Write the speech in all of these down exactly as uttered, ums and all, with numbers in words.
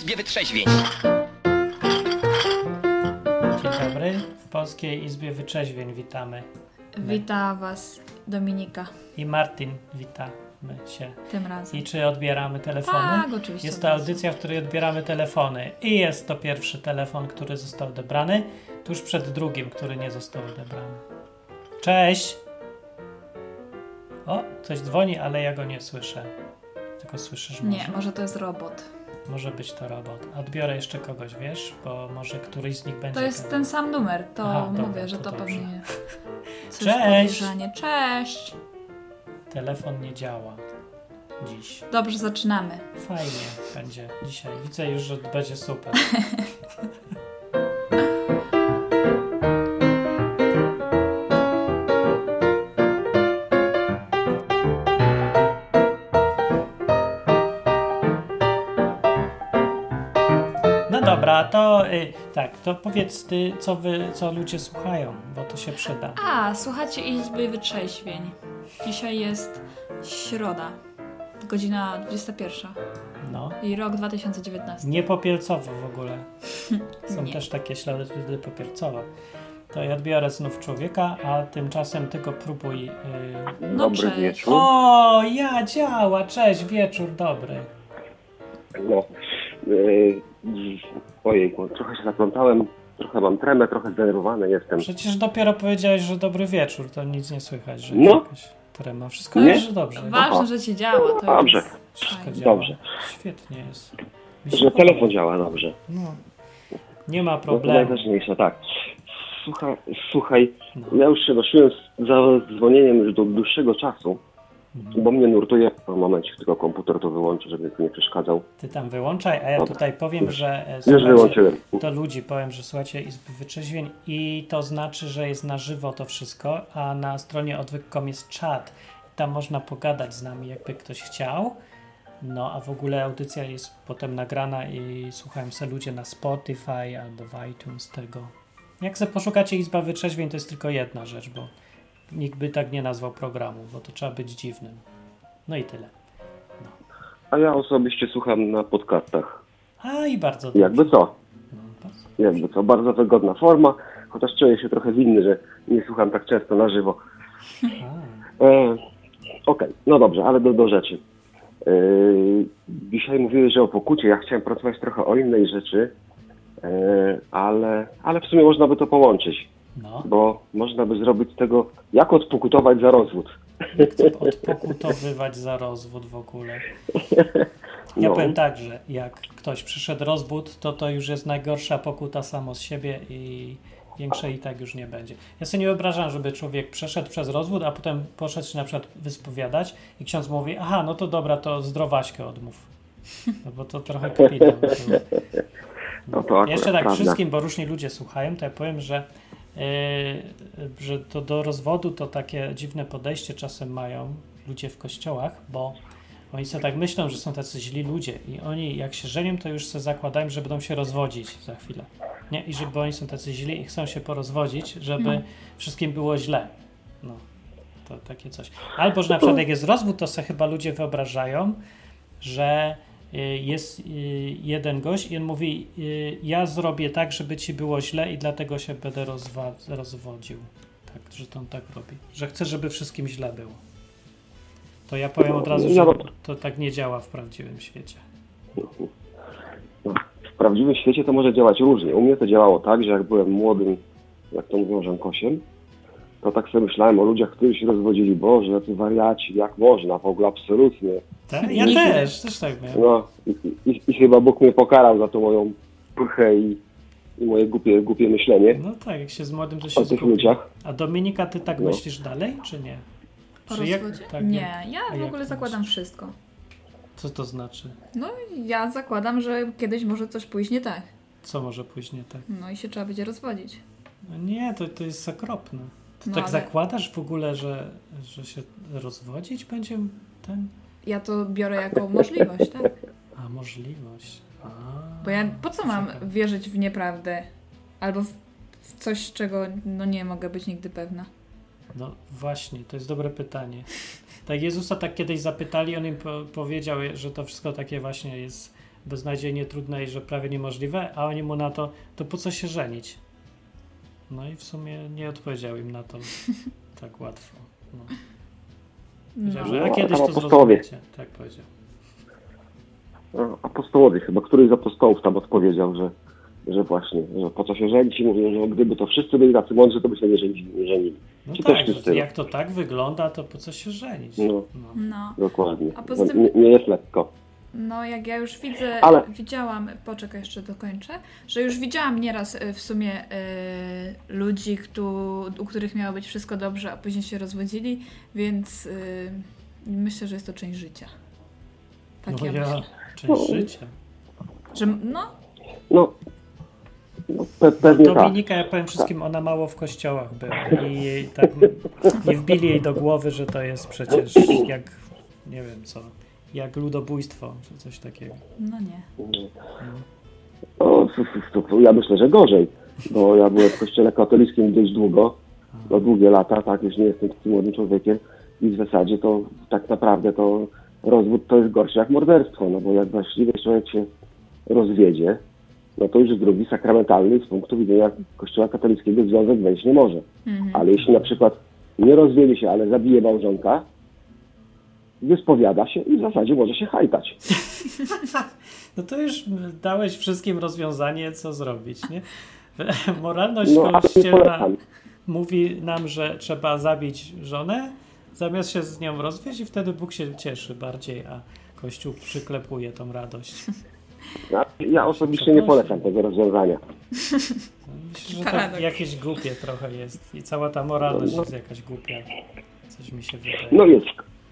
Izbie Wytrzeźwień. Dzień dobry, w Polskiej Izbie Wytrzeźwień witamy. Wita Was Dominika. I Martin, witamy się. Tym razem. I czy odbieramy telefony? Tak, oczywiście. Jest to audycja, w której odbieramy telefony. I jest to pierwszy telefon, który został odebrany, tuż przed drugim, który nie został odebrany. Cześć! O, coś dzwoni, ale ja go nie słyszę. Tylko słyszysz może? Nie, może to jest robot. Może być to robot. Odbiorę jeszcze kogoś, wiesz? Bo może któryś z nich będzie... To jest ten... ten sam numer, to Aha, mówię, dobra, że to to, dobrze. pewnie coś Cześć! podejrzanie. Cześć! Telefon nie działa dziś. Dobrze, zaczynamy. Fajnie będzie dzisiaj. Widzę już, że będzie super. No dobra, to y, tak, to powiedz ty, co wy, co ludzie słuchają, bo to się przyda. A, słuchacie Izby Wytrzeźwień. Dzisiaj jest środa, godzina dwudziesta pierwsza No. i rok dwa tysiące dziewiętnasty. Nie popielcowo w ogóle. Są Nie. też takie ślady popielcowe. To ja odbiorę znów człowieka, a tymczasem tylko próbuj... Yy... No Dobry cześć. wieczór. O, ja działa! Cześć, wieczór dobry. No, yy, ojejku, trochę się zaplątałem, trochę mam tremę, trochę zdenerwowany jestem. Przecież dopiero powiedziałeś, że dobry wieczór, to nic nie słychać, że No. jakaś trema. Wszystko Nie? jest, że dobrze. Ważne, Aha. że ci działa. To Dobrze. jest Wszystko fajnie. działa. Dobrze. Świetnie jest. Mi się Że podoba. telefon działa dobrze. No. Nie ma No to problemu. najważniejsze, tak. Słuchaj, słuchaj, No. ja już się nosiłem z zadzwonieniem już do dłuższego czasu, Mhm. bo mnie nurtuje. W momencie tylko komputer to wyłączę, żeby nie przeszkadzał. Ty tam wyłączaj, a ja Dobra. tutaj powiem, że e, Już słuchajcie, wyłączyłem. to ludzi powiem, że słuchacie Izby Wytrzeźwień i to znaczy, że jest na żywo to wszystko, a na stronie odwyk kropka com jest czat. Tam można pogadać z nami, jakby ktoś chciał. No, a w ogóle audycja jest potem nagrana i słuchają se ludzie na Spotify albo w iTunes tego. Jak se poszukacie Izba Wytrzeźwień, to jest tylko jedna rzecz, bo nikt by tak nie nazwał programu, bo to trzeba być dziwnym. No i tyle. A ja osobiście słucham na podcastach. A i bardzo dobrze. Jakby co? No, bardzo. Jakby co, bardzo wygodna forma, chociaż czuję się trochę winny, że nie słucham tak często na żywo. A. E, Okej, no dobrze, ale do, do rzeczy. E, dzisiaj mówiłeś, że o pokucie, ja chciałem pracować trochę o innej rzeczy, e, ale, ale w sumie można by to połączyć, No, bo można by zrobić z tego, jak odpokutować za rozwód. jak to odpokutowywać za rozwód w ogóle. Ja No. powiem tak, że jak ktoś przyszedł rozwód, to to już jest najgorsza pokuta samo z siebie i większej i tak już nie będzie. Ja sobie nie wyobrażam, żeby człowiek przeszedł przez rozwód, a potem poszedł się na przykład wyspowiadać i ksiądz mówi, aha, no to dobra, to zdrowaśkę odmów. No bo to trochę kpina. No to akurat Jeszcze tak prawda. wszystkim, bo różni ludzie słuchają, to ja powiem, że, yy, że to do rozwodu to takie dziwne podejście czasem mają ludzie w kościołach, bo oni sobie tak myślą, że są tacy źli ludzie i oni jak się żenią, to już sobie zakładają, że będą się rozwodzić za chwilę. Nie? I żeby oni są tacy źli i chcą się porozwodzić, żeby No. wszystkim było źle. No, to takie coś. Albo, że na przykład jak jest rozwód, to sobie chyba ludzie wyobrażają, że y, jest y, jeden gość i on mówi, y, ja zrobię tak, żeby ci było źle i dlatego się będę rozwa- rozwodził. Tak, że to on tak robi. Że chce, żeby wszystkim źle było. To ja powiem od razu, że No, to tak nie działa w prawdziwym świecie. No, w prawdziwym świecie to może działać różnie. U mnie to działało tak, że jak byłem młodym, jak to mówią, żonkosiem, to tak sobie myślałem o ludziach, którzy się rozwodzili. Boże, jacy wariaci, jak można, w ogóle absolutnie. Tak? Ja Nigdy. też, też tak miałem. No i, i, i chyba Bóg mnie pokarał za tą moją pychę i, i moje głupie, głupie myślenie No tak, jak się z młodym to się o tych zgubi. ludziach. A Dominika, ty tak No. myślisz dalej, czy nie? O Czy jak- rozwodzie? tak, nie, jak- ja a w jak ogóle to zakładam myślisz? wszystko. Co to znaczy? No ja zakładam, że kiedyś może coś pójść nie tak. Co może później tak? No i się trzeba będzie rozwodzić. No nie, to, to jest okropne. Ty No tak ale- zakładasz w ogóle, że, że się rozwodzić będzie ten... Ja to biorę jako możliwość, tak? A, możliwość. A, Bo ja po co mam ciekawe. wierzyć w nieprawdę? Albo w, w coś, czego no nie mogę być nigdy pewna. No właśnie, to jest dobre pytanie. Tak Jezusa tak kiedyś zapytali, on im po- powiedział, że to wszystko takie właśnie jest beznadziejnie trudne i że prawie niemożliwe, a oni mu na to, to po co się żenić? No i w sumie nie odpowiedział im na to tak łatwo. No. Powiedział, No. że a No, kiedyś a to apostołowie. zrozumiecie. Tak powiedział. No, apostołowie chyba, któryś z apostołów tam odpowiedział, że, że właśnie, że po co się żenić i mówią, że gdyby to wszyscy byli tacy mądrzy, to by się nie żenili. Nie żenili. No Czy tak, też że wszyscy. jak to tak wygląda, to po co się żenić? No, No. No. dokładnie. A poza No, tym- nie, nie jest lekko. No, jak ja już widzę, Ale- widziałam, poczekaj jeszcze dokończę, że już widziałam nieraz y, w sumie y, ludzi, któ- u których miało być wszystko dobrze, a później się rozwodzili, więc y, myślę, że jest to część życia. Tak No ja ja, myślę. część życia. Że, no, No, no pe, pewnie tak. Dominika, ja powiem wszystkim, ona mało w kościołach była i jej tak nie wbili jej do głowy, że to jest przecież jak, nie wiem co, jak ludobójstwo, czy coś takiego. no nie. No, to, to ja myślę, że gorzej, bo ja byłem w kościele katolickim dość długo, no długie lata, tak, już nie jestem takim młodym człowiekiem i w zasadzie to tak naprawdę to rozwód to jest gorsze jak morderstwo, no bo jak właściwie człowiek się rozwiedzie, no to już drugi sakramentalny z punktu widzenia kościoła katolickiego związek wejść nie może. Mhm. Ale jeśli na przykład nie rozwiedzie się, ale zabije małżonka, wyspowiada się i w zasadzie może się hajtać. No to już dałeś wszystkim rozwiązanie, co zrobić, nie? Moralność No, ale nie kościelna polecam. mówi nam, że trzeba zabić żonę, zamiast się z nią rozwieść i wtedy Bóg się cieszy bardziej, a Kościół przyklepuje tą radość. Ja, ja osobiście nie polecam tego rozwiązania. Myślę, że Paradoks. to jakieś głupie trochę jest i cała ta moralność No. jest jakaś głupia. Coś mi się wydaje. No jest.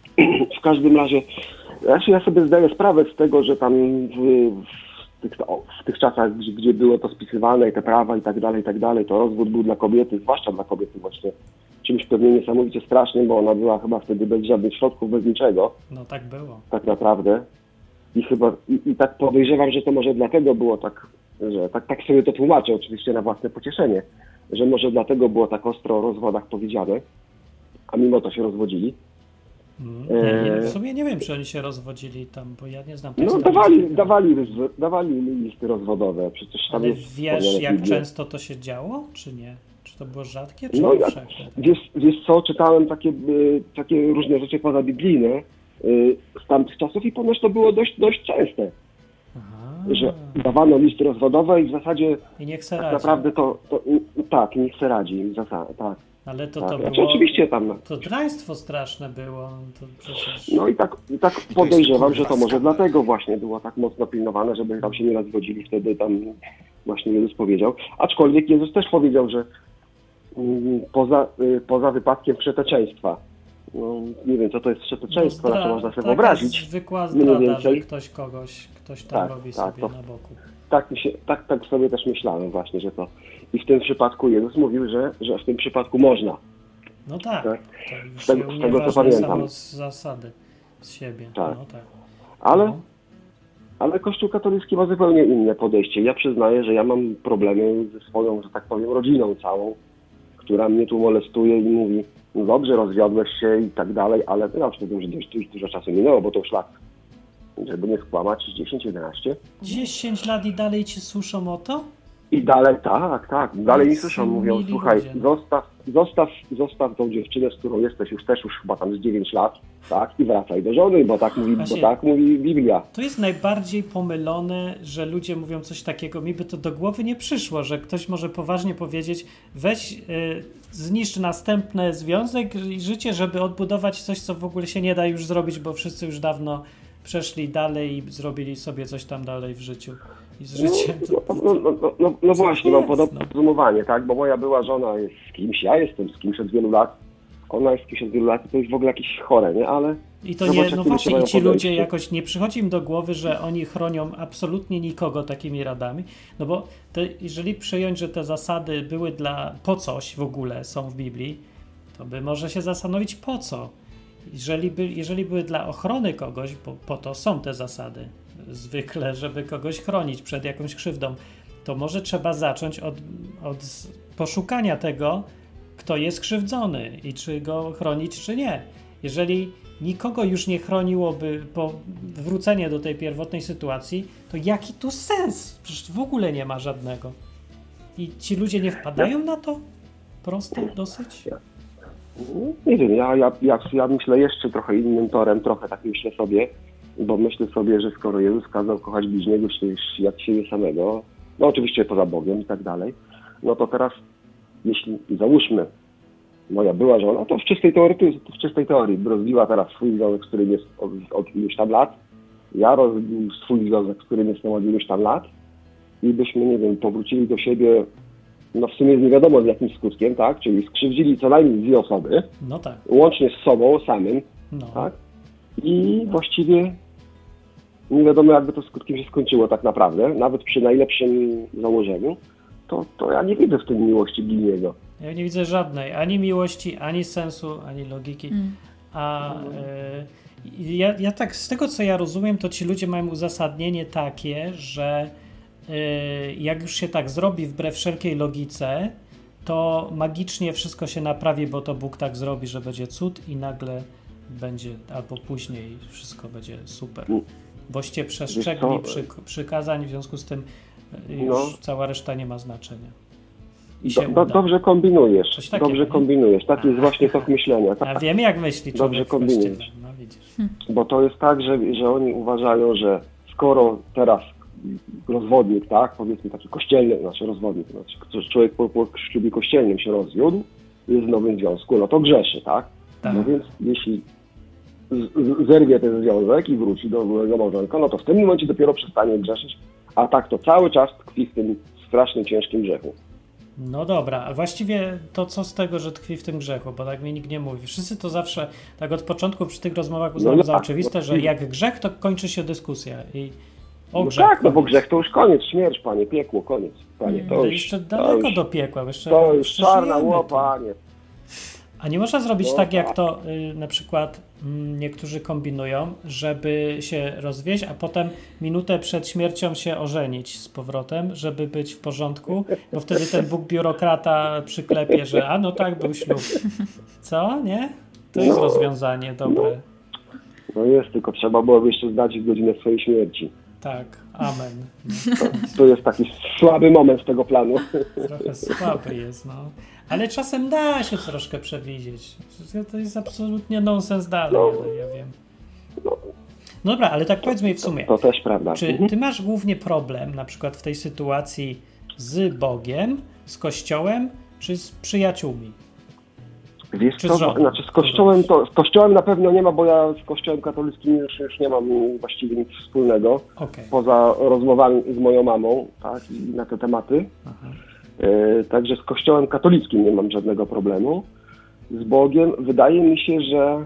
W każdym razie, znaczy ja sobie zdaję sprawę z tego, że tam w, w, tych, o, w tych czasach, gdzie, gdzie było to spisywane i te prawa i tak dalej, i tak dalej, to rozwód był dla kobiety, zwłaszcza dla kobiety właśnie czymś pewnie niesamowicie strasznym, bo ona była chyba wtedy bez żadnych środków, bez niczego, No tak było. tak naprawdę. I chyba, i, i tak podejrzewam, że to może dlatego było tak, że tak, tak sobie to tłumaczę oczywiście na własne pocieszenie, że może dlatego było tak ostro o rozwodach powiedziane, a mimo to się rozwodzili. Mm. Ja, ja Eee. w sumie nie wiem, czy oni się rozwodzili tam, bo ja nie znam No tekstu dawali, angielskiego. dawali, dawali listy rozwodowe, przecież tam Ale jest wiesz, wspomniane w jak Biblii. często to się działo, czy nie? Czy to było rzadkie, czy No ja, powszechne? wiesz, wiesz co, czytałem takie, y, takie różne rzeczy pozabiblijne y, z tamtych czasów i ponoć to było dość, dość częste, Aha. że dawano listy rozwodowe i w zasadzie I niech se tak radzi. naprawdę to, to y, tak, niech se radzi, w zasadzie, tak. Ale to, tak. to Znaczy, było... oczywiście tam, To draństwo straszne było. To przecież... no i tak, i tak podejrzewam, że to może dlatego właśnie było tak mocno pilnowane, żeby tam się nie rozwodzili, wtedy tam właśnie Jezus powiedział. Aczkolwiek Jezus też powiedział, że mm, poza, y, poza wypadkiem przeteczeństwa. No, nie wiem, co to jest przeteczeństwo, No na zdra- to można sobie taka wyobrazić. zwykła mniej zdrada, że więcej. ktoś kogoś, ktoś tam Tak, robi tak, sobie to- na boku. Tak, mi się, tak, tak sobie też myślałem właśnie, że to. I w tym przypadku Jezus mówił, że, że w tym przypadku można. No tak, Tak. to już Z tego- się z tego, co unieważnia pamiętam. samo z zasady, z siebie. Tak. No tak. Ale, No. ale Kościół katolicki ma zupełnie inne podejście. Ja przyznaję, że ja mam problemy ze swoją, że tak powiem, rodziną całą, która mnie tu molestuje i mówi, no dobrze, rozwiodłeś się i tak dalej, ale to ja już wiem, że dość, dość dużo czasu minęło, bo to już lat, żeby nie skłamać, dziesięć jedenaście. dziesięć lat i dalej ci suszą o to? I dalej, tak, tak, dalej mi Jacy słyszą, mówią, mili słuchaj, ludzie, no. zostaw, zostaw, zostaw tą dziewczynę, z którą jesteś już też już chyba tam z dziewięć lat, tak, i wracaj do żony, bo tak mówi, Właśnie- bo tak mówi Biblia. To jest najbardziej pomylone, że ludzie mówią coś takiego. Mi by to do głowy nie przyszło, że ktoś może poważnie powiedzieć, weź, y, zniszcz następny związek i życie, żeby odbudować coś, co w ogóle się nie da już zrobić, bo wszyscy już dawno przeszli dalej i zrobili sobie coś tam dalej w życiu. I z życiem No, to... no, no, no, no, no Co właśnie, to mam jest, podobne no? rozumowanie, tak, bo moja była żona jest z kimś, ja jestem z kimś od wielu lat, ona jest z kimś od wielu lat i to jest w ogóle jakieś chore, nie, ale I to Zobacz, nie, jak no ludzie właśnie, mają i ci ludzie podejście. jakoś nie przychodzi im do głowy, że oni chronią absolutnie nikogo takimi radami, no bo te, jeżeli przyjąć, że te zasady były dla, po coś w ogóle są w Biblii, to by może się zastanowić po co. Jeżeli, by, jeżeli były dla ochrony kogoś, bo po to są te zasady, zwykle, żeby kogoś chronić przed jakąś krzywdą, to może trzeba zacząć od, od poszukania tego, kto jest krzywdzony i czy go chronić, czy nie. Jeżeli nikogo już nie chroniłoby, bo wrócenie do tej pierwotnej sytuacji, to jaki tu sens? Przecież w ogóle nie ma żadnego. I ci ludzie nie wpadają na to? Proste dosyć? Nie wiem, ja, ja, ja, ja myślę jeszcze trochę innym torem, trochę tak myślę sobie, bo myślę sobie, że skoro Jezus kazał kochać bliźniego jak siebie samego, no oczywiście poza Bogiem i tak dalej, no to teraz, jeśli załóżmy, moja była żona, to w czystej teorii, w czystej teorii rozbiła teraz swój związek, z którym jest od, od iluś tam lat, ja rozbił swój związek, z którym jestem od iluś tam lat i byśmy, nie wiem, powrócili do siebie, no w sumie nie wiadomo z jakim skutkiem, tak, czyli skrzywdzili co najmniej dwie osoby, no tak. Łącznie z sobą samym, no. tak, i właściwie nie wiadomo jakby to skutkiem się skończyło tak naprawdę, nawet przy najlepszym założeniu, to, to ja nie widzę w tym miłości bliźniego. Ja nie widzę żadnej, ani miłości, ani sensu, ani logiki. Mm. A y, ja, ja tak, z tego co ja rozumiem, to ci ludzie mają uzasadnienie takie, że y, jak już się tak zrobi wbrew wszelkiej logice, to magicznie wszystko się naprawi, bo to Bóg tak zrobi, że będzie cud i nagle będzie, albo później wszystko będzie super. Boście przestrzegli przy, przykazań, w związku z tym już no. cała reszta nie ma znaczenia. Do, do, dobrze kombinujesz, takiego, dobrze nie? kombinujesz, taki A, jest właśnie tok myślenia. Tak? Ja wiem jak myśli człowiek. Dobrze kombinujesz, no, widzisz. Bo to jest tak, że, że oni uważają, że skoro teraz rozwodnik, tak, powiedzmy taki kościelny, znaczy rozwodnik, znaczy człowiek po, po ślubie kościelnym się rozwiódł, jest w nowym związku, no to grzeszy, tak? tak. No więc jeśli z, zerwie ten związek i wróci do byłego małżonka, no to w tym momencie dopiero przestanie grzeszyć, a tak to cały czas tkwi w tym strasznym, ciężkim grzechu. No dobra, a właściwie to co z tego, że tkwi w tym grzechu, bo tak mi nikt nie mówi. Wszyscy to zawsze, tak od początku przy tych rozmowach uznałem no, za tak, oczywiste, no, że jak grzech, to kończy się dyskusja. I o no grzech, tak, no bo grzech to już koniec, śmierć, panie, piekło, koniec. Panie, to no, już, jeszcze daleko to już, do piekła. Jeszcze, to już czarna łopa, panie. A nie można zrobić no, tak, jak to y, na przykład y, niektórzy kombinują, żeby się rozwieść, a potem minutę przed śmiercią się ożenić z powrotem, żeby być w porządku, bo wtedy ten Bóg biurokrata przyklepie, że a no tak, był ślub. Co? Nie? To jest no, rozwiązanie dobre. No, no jest, tylko trzeba byłoby jeszcze zdać godzinę swojej śmierci. Tak, amen. To, to jest taki słaby moment tego planu. Trochę słaby jest, no. Ale czasem da się troszkę przewidzieć. To jest absolutnie nonsens dalej, no, ale ja wiem. No, no dobra, ale tak powiedz mi w sumie. To, to też prawda. Czy ty masz głównie problem, na przykład w tej sytuacji z Bogiem, z Kościołem, czy z przyjaciółmi? Wiesz co, znaczy z kościołem, to, z kościołem na pewno nie ma, bo ja z kościołem katolickim już, już nie mam właściwie nic wspólnego, okay. Poza rozmowami z moją mamą, tak, i na te tematy. Aha. E, także z kościołem katolickim nie mam żadnego problemu. Z Bogiem wydaje mi się, że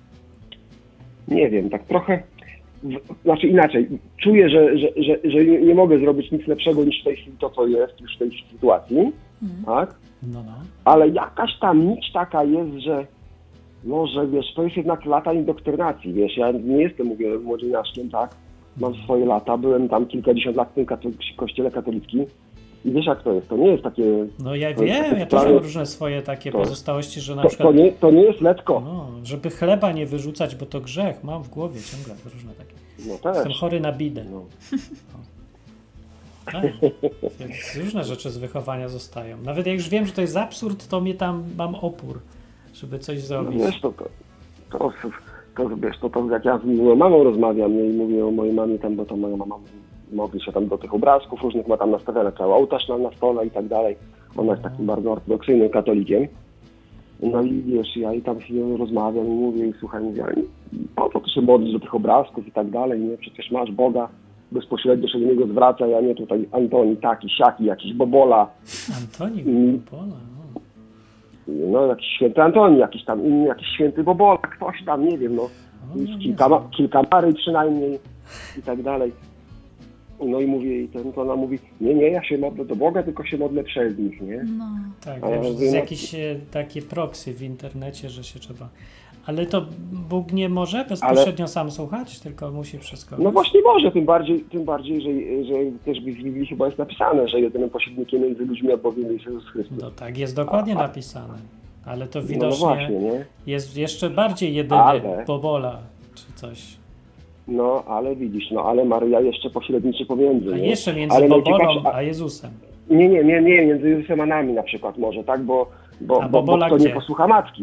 nie wiem, tak trochę, w, znaczy inaczej, czuję, że, że, że, że nie mogę zrobić nic lepszego niż tej, to, co jest już w tej sytuacji, hmm. tak? No, no. Ale jakaś tam nić taka jest, że może, wiesz, to jest jednak lata indoktrynacji, wiesz, ja nie jestem, mówię, młodzieniaszkiem, tak, mam swoje lata, byłem tam kilkadziesiąt lat w tym katol- kościele katolickim i wiesz jak to jest, to nie jest takie... No ja wiem, ja też mam różne swoje takie to, pozostałości, że na to, przykład... To nie, to nie jest letko. No, żeby chleba nie wyrzucać, bo to grzech, mam w głowie ciągle różne takie. No też. Jestem chory na bidę. No. No. Tak. Więc różne rzeczy z wychowania zostają. Nawet jak już wiem, że to jest absurd, to mnie tam mam opór, żeby coś zrobić. No wiesz, to, to, to, to, wiesz, to, to jak ja z moją mamą rozmawiam i mówię o mojej mamie tam, bo to moja mama modli się tam do tych obrazków różnych, ma tam nastawione cały ołtarz na, na stole i tak dalej. Ona jest takim bardzo ortodoksyjnym katolikiem. No i wiesz, ja i tam z nią rozmawiam i mówię i słuchaj, mówię, po co ty się modlisz do tych obrazków i tak dalej, nie? Przecież masz Boga, bezpośrednio się do niego zwraca, a nie tutaj Antoni taki, siaki, jakiś Bobola. Antoni Bobola, no. No jakiś święty Antoni, jakiś tam inny, jakiś święty Bobola, ktoś tam, nie wiem, no. O, kilka, ma, kilka Mary przynajmniej i tak dalej. No i mówię, i ten, to ona mówi, nie, nie, ja się modlę do Boga, tylko się modlę przez nich, nie? No. Tak, ja wiem, że jest jakieś takie proxy w internecie, że się trzeba... Ale to Bóg nie może bezpośrednio ale... sam słuchać, tylko musi wszystko... No właśnie może, tym bardziej, tym bardziej że, że też w Biblii chyba jest napisane, że jedynym pośrednikiem między ludźmi a Bogiem jest Jezus Chrystus. No tak, jest dokładnie a, a... napisane. Ale to widocznie no właśnie, nie? Jest jeszcze bardziej jedyny ale... Bobola, czy coś. No, ale widzisz, no ale Maryja jeszcze pośredniczy pomiędzy. A nie? jeszcze między ale Bobolą a Jezusem. Nie, nie, nie, nie, między Jezusem a nami na przykład może, tak? Bo, bo, a bo, bo kto gdzie? nie posłucha matki.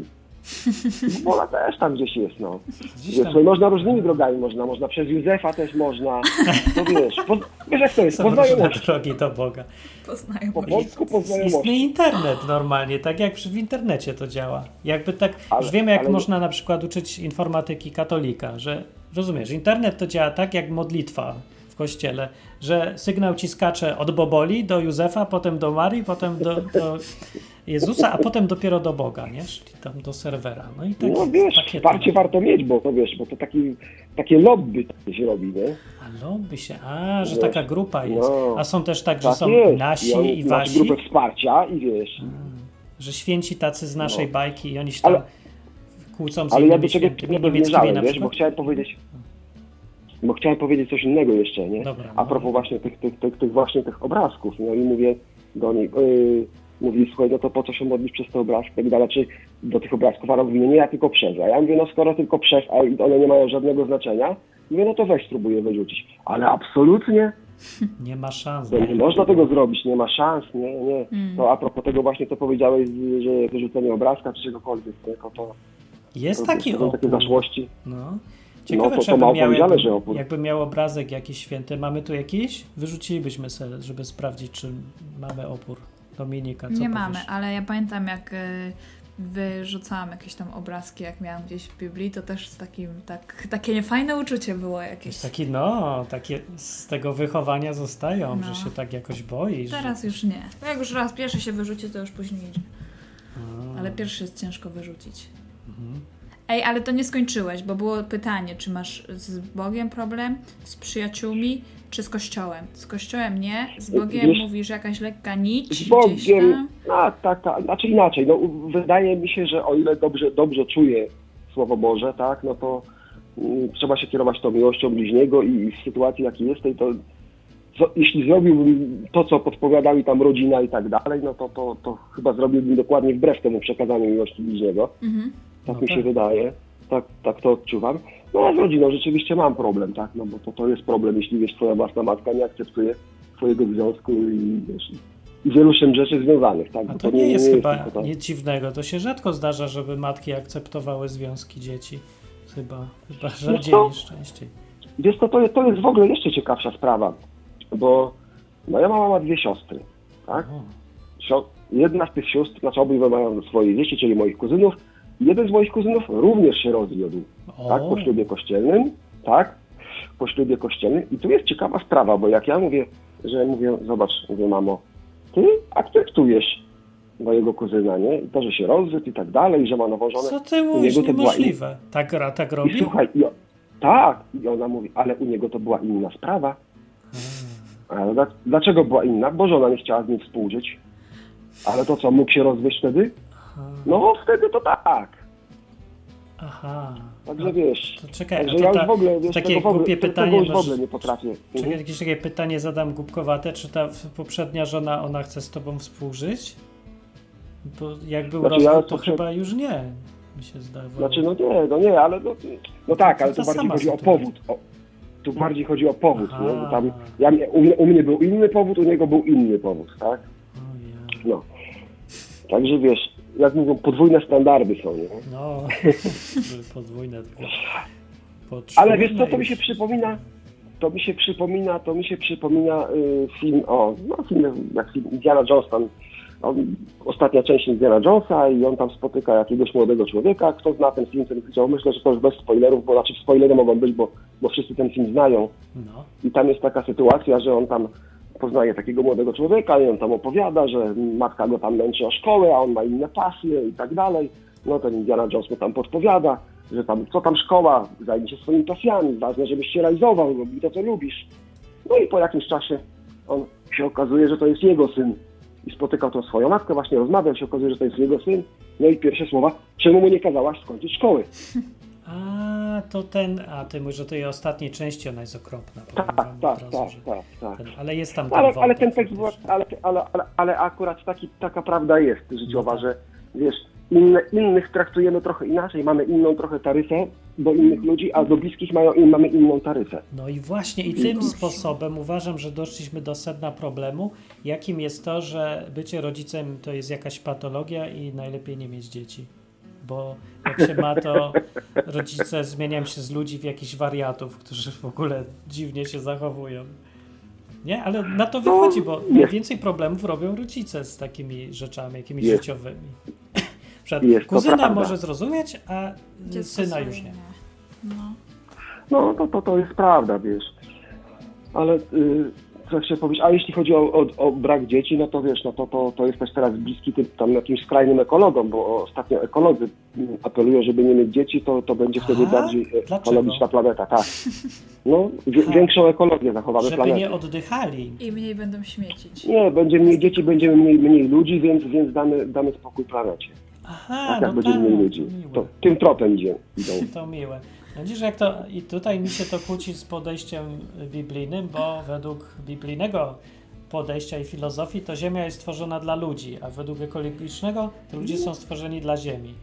Bobola też tam gdzieś jest, no. Gdzieś Wiesz, tam... można różnymi drogami, można, można przez Józefa też można. No wiesz, po, wiesz jak to jest, Są poznajomości. różne drogi do Boga. Poznają. Po polsku poznajomości. Istnieje internet normalnie, tak jak przy w internecie to działa. Jakby tak, Ale- już wiemy jak ale- można na przykład uczyć informatyki katolika, że rozumiesz, internet to działa tak jak modlitwa w kościele, że sygnał ci skacze od Boboli do Józefa, potem do Marii, potem do, do Jezusa, a potem dopiero do Boga, nie? Czyli tam do serwera. No i tak, No wiesz, takie wsparcie to... warto mieć, bo to wiesz, bo to taki, takie lobby się robi, nie? A lobby się, a, że Wiesz, taka grupa jest. no. A są też tak, że Tak są jest. nasi I, on, i masz wasi. grupę wsparcia i wiesz. Że święci tacy z naszej No. bajki i oni się tam Ale- kłucą z Ale ja innymi do czegoś świętymi innego niemieckimi zmierzałem, na wiesz, przykład. bo chciałem powiedzieć, bo chciałem powiedzieć coś innego jeszcze, nie? Dobra, A no. propos właśnie tych, tych, tych, tych właśnie tych obrazków, no i mówię do nich, yy, mówi, słuchaj, no to po co się modlić przez te obrazki, tak dalej, czy do tych obrazków, a on mówi, no nie, ja tylko przez, a ja mówię, no skoro tylko przez, a one nie mają żadnego znaczenia, mówię, no to weź spróbuję wyrzucić, ale absolutnie Nie ma szans. to nie można tego zrobić, nie ma szans, nie, nie. Mm. To a propos tego właśnie, co powiedziałeś, że wyrzucenie obrazka czy czegokolwiek, nie, to, to, Jest to, taki to są takie opór. zaszłości. No. Ciekawe, No, to- czy to jakby mało miał, powiedziane, jakby, że opór. jakby miał obrazek jakiś święty. Mamy tu jakiś? Wyrzucilibyśmy sobie, żeby sprawdzić, czy mamy opór. Dominika, co Nie powiesz? mamy, ale ja pamiętam jak y, wyrzucałam jakieś tam obrazki, jak miałam gdzieś w Biblii, to też z takim, tak, takie fajne uczucie było To jakieś. jest taki, no, takie z tego wychowania zostają, No. że się tak jakoś boisz. Teraz że... już nie. No jak już raz pierwszy się wyrzuci, to już później idzie. A. Ale pierwszy jest ciężko wyrzucić. Mhm. Ej, ale to nie skończyłeś, bo było pytanie, czy masz z Bogiem problem, z przyjaciółmi, czy z Kościołem? Z Kościołem nie, z Bogiem Wiesz, mówisz jakaś lekka nić Z gdzieś Bogiem, tam. a, tak, tak, znaczy inaczej, no wydaje mi się, że o ile dobrze, dobrze czuję Słowo Boże, tak, no to mm, trzeba się kierować tą miłością bliźniego i w sytuacji jakiej jesteś, to co, jeśli zrobiłbym to, co podpowiada mi tam rodzina i tak dalej, no to, to, to chyba zrobiłbym dokładnie wbrew temu przekazaniu miłości bliźniego, Mhm. tak No mi się tak. wydaje, tak, tak to odczuwam. No a z rodziną rzeczywiście mam problem, tak, no bo to, to jest problem, jeśli wiesz, twoja własna matka nie akceptuje twojego związku i wiesz, i wielu czym rzeczy związanych, tak? A Bo to nie jest chyba tylko tak. nic dziwnego. To się rzadko zdarza, żeby matki akceptowały związki dzieci. Chyba, chyba rzadziej co? niż częściej. Wiesz co, to jest, to jest w ogóle jeszcze ciekawsza sprawa, bo moja mama ma dwie siostry, tak? O, Sio- Jedna z tych sióstr, znaczy obydwa mają swoje dzieci, czyli moich kuzynów. I jeden z moich kuzynów również się rozwiódł, o, tak? Po ślubie kościelnym, tak? Po ślubie kościelnym. I tu jest ciekawa sprawa, bo jak ja mówię, że mówię, zobacz, mówię, mamo, ty akceptujesz mojego kuzyna, nie? I to, że się rozwiódł i tak dalej, że ma nową żonę. co ty U mówisz? niego to była Niemożliwe. Tak, ra- tak I robi? słuchaj, i o, tak, i ona mówi, ale u niego to była inna sprawa. Ale dla, dlaczego była inna? Bo żona nie chciała z nim współżyć. Ale to co, mógł się rozwieść wtedy? Aha. No, wtedy to tak. Aha. Także A, wiesz, to czekaj, także a to ja ta, już w ogóle, wiesz, takie tego w ogóle, głupie tego pytanie, już w masz- ogóle nie potrafię. czekaj, Mhm. jakieś takie pytanie zadam głupkowate, czy ta w- poprzednia żona, ona chce z tobą współżyć? Bo jak był Znaczy, rozwód, ja to poprze- chyba już nie. Mi się zdaje. Znaczy, no nie, no nie, ale no, no tak, ale To tu ta bardziej sama chodzi o sytuacja. powód. O, tu bardziej chodzi o powód, Aha. nie? Bo tam, ja, mnie- u, mnie, u mnie był inny powód, u niego był inny powód, tak? O ja. No. Także wiesz, jak mówią, podwójne standardy są, nie? No, podwójne. tylko Ale wiesz co, to podwójne mi się już. przypomina, to mi się przypomina, to mi się przypomina y, film, o, no film, jak film Indiana Jones, tam, on, ostatnia część Indiana Jonesa i on tam spotyka jakiegoś młodego człowieka, kto zna ten film, ten widział, myślę, że to już bez spoilerów, bo znaczy spoilery mogą być, bo, bo wszyscy ten film znają No, i tam jest taka sytuacja, że on tam poznaje takiego młodego człowieka i on tam opowiada, że matka go tam męczy o szkołę, a on ma inne pasje i tak dalej. No ten Indiana Jones mu tam podpowiada, że tam, co tam szkoła, zajmij się swoimi pasjami, ważne, żebyś się realizował, robił to, co lubisz. No i po jakimś czasie on się okazuje, że to jest jego syn. I spotykał tą swoją matkę, właśnie rozmawiał, się okazuje, że to jest jego syn. No i pierwsze słowa, czemu mu nie kazałaś skończyć szkoły? a to ten, a ty mówisz, że tej ostatniej części ona jest okropna. powiem Tak, wam tak, od razu, tak, że tak, tak. ten, ale jest tam ten Ale, wątek ale ten tekst, była, faktycznie. ale, ale, ale, ale akurat taki, taka prawda jest życiowa, No tak. że wiesz, inne, innych traktujemy trochę inaczej, mamy inną trochę taryfę do innych ludzi, a do bliskich mają, in, mamy inną taryfę. No i właśnie, i tym sposobem uważam, że doszliśmy do sedna problemu, jakim jest to, że bycie rodzicem to jest jakaś patologia i najlepiej nie mieć dzieci. Bo jak się ma, to rodzice zmieniają się z ludzi w jakichś wariatów, którzy w ogóle dziwnie się zachowują. Nie? Ale na to wychodzi, bo najwięcej problemów robią rodzice z takimi rzeczami, jakimiś jest. życiowymi. Przykład, kuzyna może zrozumieć, a Dziecko syna już nie. No, no to, to, to jest prawda, wiesz. Ale yy, co chcę powiedzieć, a jeśli chodzi o, o, o brak dzieci, no to wiesz, no to, to, to jest też teraz bliski tym tam jakimś skrajnym ekologom, bo ostatnio ekolodzy apelują, żeby nie mieć dzieci, to, to będzie Aha, wtedy bardziej dlaczego? ekologiczna planeta, tak. No, wie, większą ekologię zachowamy Żeby planety. nie oddychali. i mniej będą śmiecić. Nie, będzie mniej dzieci, będziemy mniej, mniej ludzi, więc, więc damy, damy spokój planecie. Aha, Tak, no jak będzie tak, mniej ludzi. to miłe. To tym tropem idzie, idą. To miłe. Widzisz, jak to i tutaj mi się to kłóci z podejściem biblijnym, bo według biblijnego podejścia i filozofii to Ziemia jest stworzona dla ludzi, a według ekologicznego to ludzie są stworzeni dla Ziemi.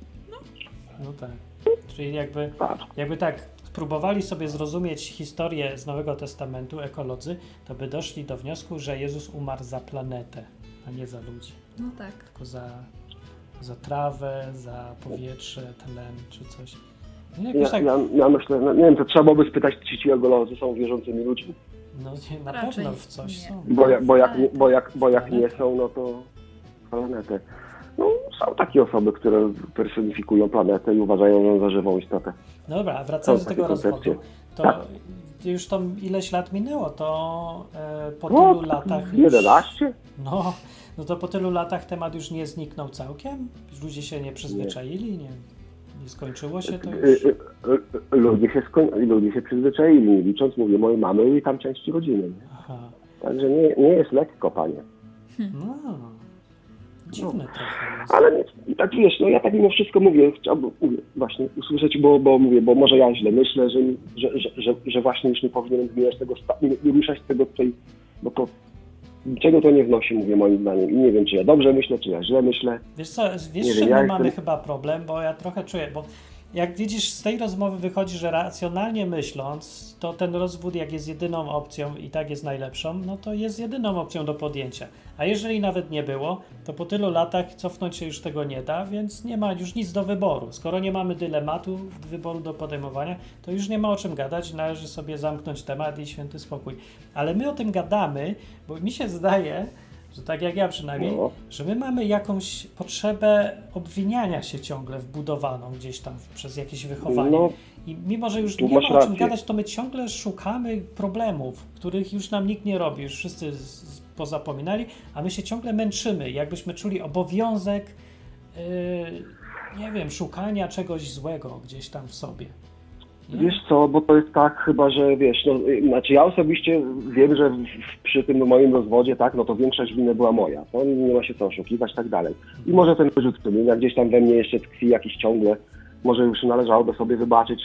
No tak. Czyli jakby, jakby tak próbowali sobie zrozumieć historię z Nowego Testamentu ekolodzy, to by doszli do wniosku, że Jezus umarł za planetę, a nie za ludzi. No tak. Tylko za, za trawę, za powietrze, tlen czy coś. No jakoś Ja, tak, ja, ja myślę, no, nie wiem, to trzeba byłoby spytać, czy ci ekolodzy są wierzącymi ludźmi. no nie, na Raczej pewno w coś nie. są. Bo, ja, bo, jak, nie- bo, jak, bo jak nie Planetę. są, no to planetę. No, są takie osoby, które personifikują planetę i uważają ją za żywą istotę. No dobra, a wracając Są do tego takie rozwodu, koncepcje. to Tak. już to ileś lat minęło, to e, po No, tylu latach już, jedenaście? no, no to po tylu latach temat już nie zniknął całkiem? Już ludzie się nie przyzwyczaili? Nie, nie skończyło się to Y, już? y, y, y, Ludzie się, skoń- ludzie się przyzwyczaili, nie licząc, mówię, mojej mamy i tam części rodziny. Nie? Aha, Także nie, nie jest lekko, panie. no, dziwne trochę jest. Ale nie, i tak wiesz, no ja tak mimo wszystko mówię, chciałbym mówię, właśnie usłyszeć, bo, bo mówię, bo może ja źle myślę, że, że, że, że, że właśnie już nie powinienem zmieniać tego, sta- nie, nie ruszać tego tutaj, bo to niczego to nie wnosi, mówię moim zdaniem. I nie wiem, czy ja dobrze myślę, czy ja źle myślę. Wiesz co, wiesz, Nie że wiem, my ja mamy jestem- chyba problem, bo ja trochę czuję, bo jak widzisz, z tej rozmowy wychodzi, że racjonalnie myśląc, to ten rozwód, jak jest jedyną opcją i tak jest najlepszą, no to jest jedyną opcją do podjęcia. A jeżeli nawet nie było, to po tylu latach cofnąć się już tego nie da, więc nie ma już nic do wyboru. Skoro nie mamy dylematu wyboru do podejmowania, to już nie ma o czym gadać, należy sobie zamknąć temat i święty spokój. Ale my o tym gadamy, bo mi się zdaje, że tak jak ja przynajmniej, No. że my mamy jakąś potrzebę obwiniania się ciągle wbudowaną gdzieś tam przez jakieś wychowanie. No, I mimo, że już tu nie masz ma o czym rację. gadać, to my ciągle szukamy problemów, których już nam nikt nie robi, już wszyscy z, z, pozapominali, a my się ciągle męczymy, jakbyśmy czuli obowiązek, yy, nie wiem, szukania czegoś złego gdzieś tam w sobie. Nie? Wiesz co, bo to jest tak chyba, że wiesz, no, y, znaczy ja osobiście wiem, że w, w, przy tym moim rozwodzie, tak, no to większość winy była moja. To nie ma się co oszukiwać, tak dalej. I może ten wyrzut sumienia gdzieś tam we mnie jeszcze tkwi jakiś ciągle, może już należałoby sobie wybaczyć,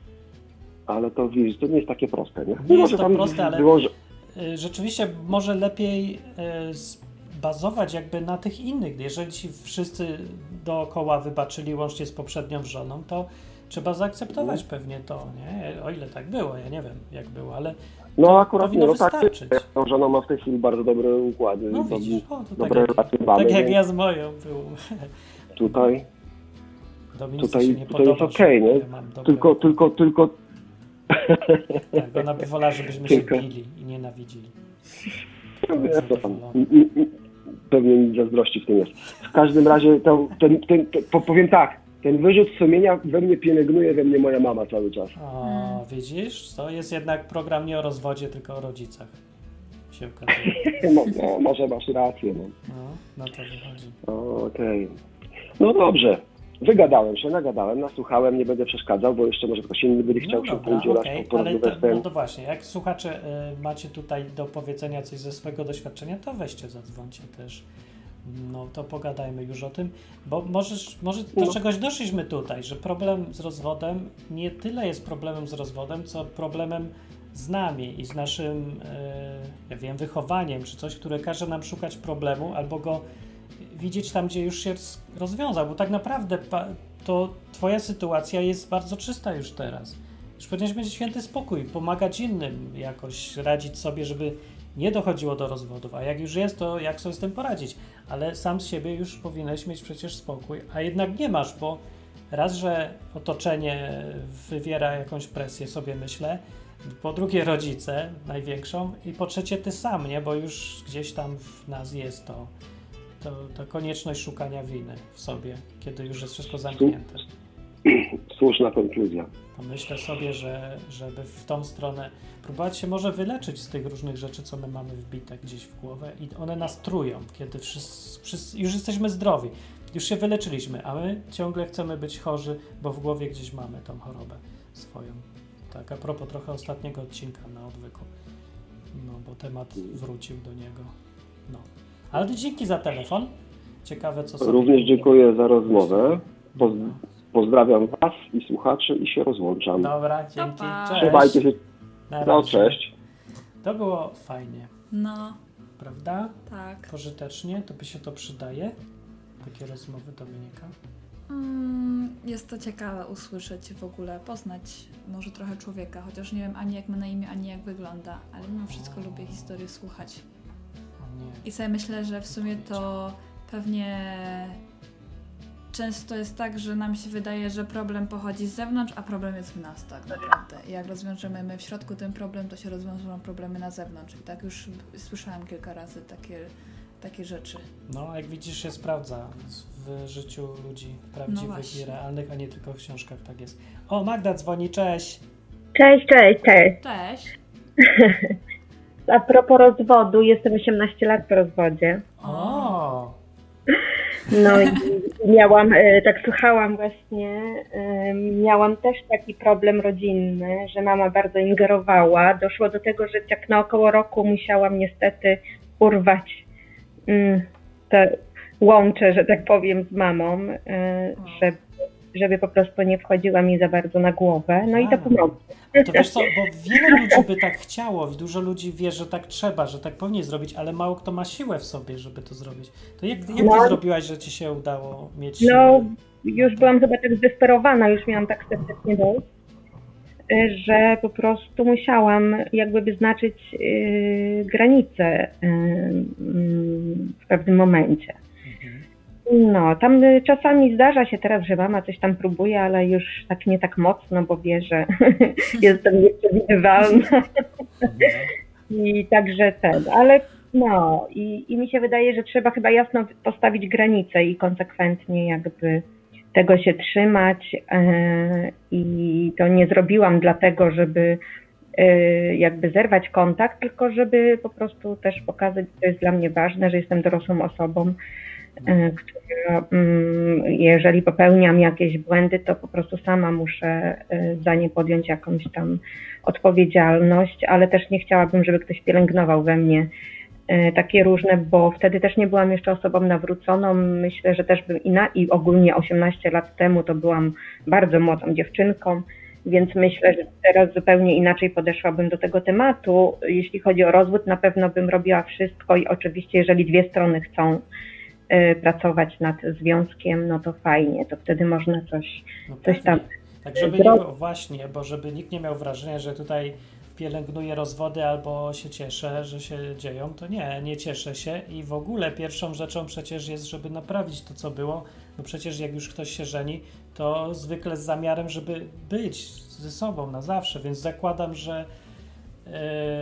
ale to wiesz, to nie jest takie proste, nie? Nie Może jest to tam proste, ale było, że... y, rzeczywiście może lepiej y, bazować jakby na tych innych. Jeżeli ci wszyscy dookoła wybaczyli łącznie z poprzednią żoną, to trzeba zaakceptować pewnie to, nie? O ile tak było, ja nie wiem jak było, ale No akurat powinno nie, no tak, wystarczyć. moja żona ma w tej chwili bardzo dobre układy, no dob- widzisz, o, to dobre tak jak, relacje mamy, tak jak więc ja z moją był. tutaj, Dominice tutaj, się nie tutaj jest podoba, okej, że nie? ja mam dobre Tylko, tylko, tylko, Tak, ona by wolała, żebyśmy się Tylko- bili i nienawidzili. no, Byłem wiesz, co tam, zadowolony. m- m- pewnie nic zazdrości w tym jest. W każdym razie, to, ten, ten, ten, po- powiem tak, ten wyrzut sumienia we mnie pielęgnuje, we mnie moja mama cały czas. O, widzisz? To jest jednak program nie o rozwodzie, tylko o rodzicach. Się okazuje. No, no może masz rację, no. No, no to wychodzi. Okej. No dobrze. Wygadałem się, nagadałem, nasłuchałem, nie będę przeszkadzał, bo jeszcze może ktoś inny będzie chciał No się dobra, podzielać, okej, po ale porozmawiać to, z tym. no to właśnie, jak słuchacze y, macie tutaj do powiedzenia coś ze swojego doświadczenia, to weźcie, zadzwońcie też. No to pogadajmy już o tym, bo możesz, może do No. czegoś doszliśmy tutaj, że problem z rozwodem nie tyle jest problemem z rozwodem, co problemem z nami i z naszym, y, ja wiem, wychowaniem, czy coś, które każe nam szukać problemu albo go widzieć tam, gdzie już się rozwiązał, bo tak naprawdę to twoja sytuacja jest bardzo czysta już teraz. Już powinieneś mieć święty spokój, pomagać innym, jakoś radzić sobie, żeby nie dochodziło do rozwodów, a jak już jest, to jak sobie z tym poradzić, ale sam z siebie już powinieneś mieć przecież spokój, a jednak nie masz, bo raz, że otoczenie wywiera jakąś presję, sobie myślę, po drugie rodzice największą i po trzecie ty sam, nie, bo już gdzieś tam w nas jest to, to, to konieczność szukania winy w sobie, kiedy już jest wszystko zamknięte. Słuszna konkluzja. To myślę sobie, że żeby w tą stronę próbować się może wyleczyć z tych różnych rzeczy, co my mamy wbite gdzieś w głowę i one nas trują, kiedy wszyscy, wszyscy, już jesteśmy zdrowi, już się wyleczyliśmy, a my ciągle chcemy być chorzy, bo w głowie gdzieś mamy tą chorobę swoją. Tak, a propos trochę ostatniego odcinka na odwyku, no bo temat wrócił do niego. No. Ale dzięki za telefon. Ciekawe, co sobie... Również dziękuję za rozmowę. Poz- pozdrawiam Was i słuchaczy i się rozłączam. Dobra, dzięki. Pa. Cześć. Trzymajcie się. Na No, razie. cześć. To było fajnie, No, prawda? tak. Pożytecznie, to by się to przydaje. Takie rozmowy Dominika. Mm, jest to ciekawe usłyszeć w ogóle, poznać może trochę człowieka, chociaż nie wiem ani jak ma na imię, ani jak wygląda, ale mimo wszystko lubię historię słuchać. O nie. I sobie myślę, że w sumie to pewnie często jest tak, że nam się wydaje, że problem pochodzi z zewnątrz, a problem jest w nas tak naprawdę. I jak rozwiążemy my w środku ten problem, to się rozwiążą problemy na zewnątrz. I tak już słyszałam kilka razy takie, takie rzeczy. No, jak widzisz, się sprawdza w życiu ludzi prawdziwych No i realnych, a nie tylko w książkach, tak jest. O, Magda dzwoni, cześć. Cześć, cześć, cześć. Cześć! A propos rozwodu, jestem osiemnaście lat po rozwodzie. O, No i miałam, e, tak słuchałam właśnie, e, miałam też taki problem rodzinny, że mama bardzo ingerowała. Doszło do tego, że tak na około roku musiałam niestety urwać mm, te łącze, że tak powiem, z mamą, e, żeby, żeby po prostu nie wchodziła mi za bardzo na głowę. No i to A. pomogło. to wiesz co, bo wiele ludzi by tak chciało i dużo ludzi wie, że tak trzeba, że tak powinien zrobić, ale mało kto ma siłę w sobie, żeby to zrobić. To jak, jak ty No. zrobiłaś, że ci się udało mieć siłę? No, już byłam chyba tak zdesperowana, już miałam tak serdecznie dość, y, że po prostu musiałam jakby wyznaczyć y, granice y, y, w pewnym momencie. Mhm. No, tam y, czasami zdarza się teraz, że mama coś tam próbuje, ale już tak nie tak mocno, bo wie, że jestem nieprzewidywalna i także ten, ale no i, i mi się wydaje, że trzeba chyba jasno postawić granice i konsekwentnie jakby tego się trzymać e, i to nie zrobiłam dlatego, żeby e, jakby zerwać kontakt, tylko żeby po prostu też pokazać, co jest dla mnie ważne, że jestem dorosłą osobą, e, która mm, jeżeli popełniam jakieś błędy, to po prostu sama muszę e, za nie podjąć jakąś tam odpowiedzialność, ale też nie chciałabym, żeby ktoś pielęgnował we mnie takie różne, bo wtedy też nie byłam jeszcze osobą nawróconą. Myślę, że też bym inna i ogólnie osiemnaście lat temu to byłam bardzo młodą dziewczynką, więc myślę, że teraz zupełnie inaczej podeszłabym do tego tematu. Jeśli chodzi o rozwód, na pewno bym robiła wszystko i oczywiście, jeżeli dwie strony chcą y, pracować nad związkiem, no to fajnie, to wtedy można coś, No coś tam pewnie. Tak, żeby nie było, właśnie, bo żeby nikt nie miał wrażenia, że tutaj pielęgnuję rozwody albo się cieszę, że się dzieją, to nie, nie cieszę się i w ogóle pierwszą rzeczą przecież jest, żeby naprawić to, co było, bo przecież jak już ktoś się żeni, to zwykle z zamiarem, żeby być ze sobą na zawsze, więc zakładam, że yy,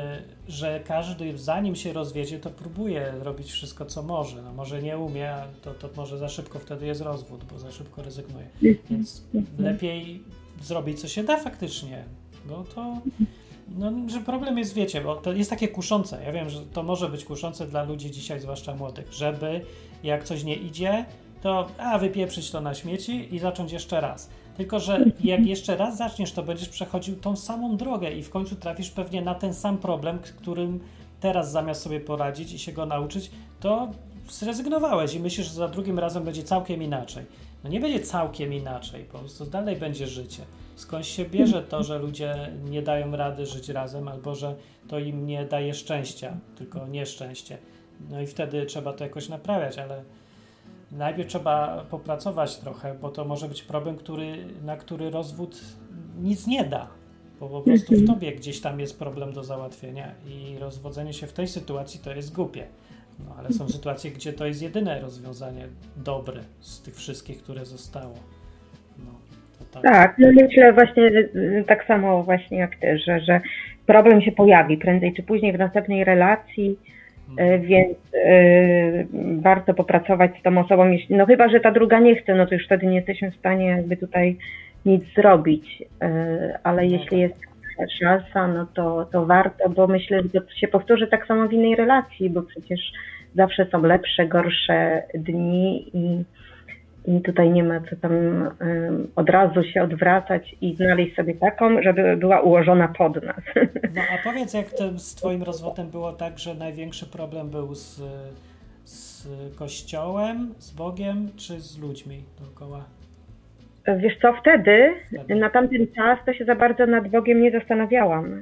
że każdy zanim się rozwiedzie, to próbuje robić wszystko, co może. No może nie umie, a to, to może za szybko wtedy jest rozwód, bo za szybko rezygnuje. Więc lepiej zrobić, co się da faktycznie, bo to no, że problem jest, wiecie, bo to jest takie kuszące. Ja wiem, że to może być kuszące dla ludzi dzisiaj, zwłaszcza młodych, żeby jak coś nie idzie, to a wypieprzyć to na śmieci i zacząć jeszcze raz. Tylko że jak jeszcze raz zaczniesz, to będziesz przechodził tą samą drogę i w końcu trafisz pewnie na ten sam problem, którym teraz zamiast sobie poradzić i się go nauczyć, to zrezygnowałeś i myślisz, że za drugim razem będzie całkiem inaczej. No nie będzie całkiem inaczej, po prostu dalej będzie życie. Skąd się bierze to, że ludzie nie dają rady żyć razem, albo że to im nie daje szczęścia, tylko nieszczęście. No i wtedy trzeba to jakoś naprawiać, ale najpierw trzeba popracować trochę, bo to może być problem, który, na który rozwód nic nie da. Bo po prostu w tobie gdzieś tam jest problem do załatwienia i rozwodzenie się w tej sytuacji to jest głupie. No, ale są sytuacje, gdzie to jest jedyne rozwiązanie dobre z tych wszystkich, które zostało. No, to tak. Tak, no myślę właśnie tak samo właśnie jak ty, że, że problem się pojawi prędzej czy później w następnej relacji, hmm. więc y, warto popracować z tą osobą. No chyba, że ta druga nie chce, no to już wtedy nie jesteśmy w stanie jakby tutaj nic zrobić, ale no jeśli jest szansa, no to, to warto, bo myślę, że to się powtórzy tak samo w innej relacji, bo przecież zawsze są lepsze, gorsze dni i, i tutaj nie ma co tam um, od razu się odwracać i znaleźć sobie taką, żeby była ułożona pod nas. No a powiedz, jak to z twoim rozwodem było tak, że największy problem był z, z Kościołem, z Bogiem, czy z ludźmi dookoła? Wiesz co, wtedy, na tamten czas, to się za bardzo nad Bogiem nie zastanawiałam,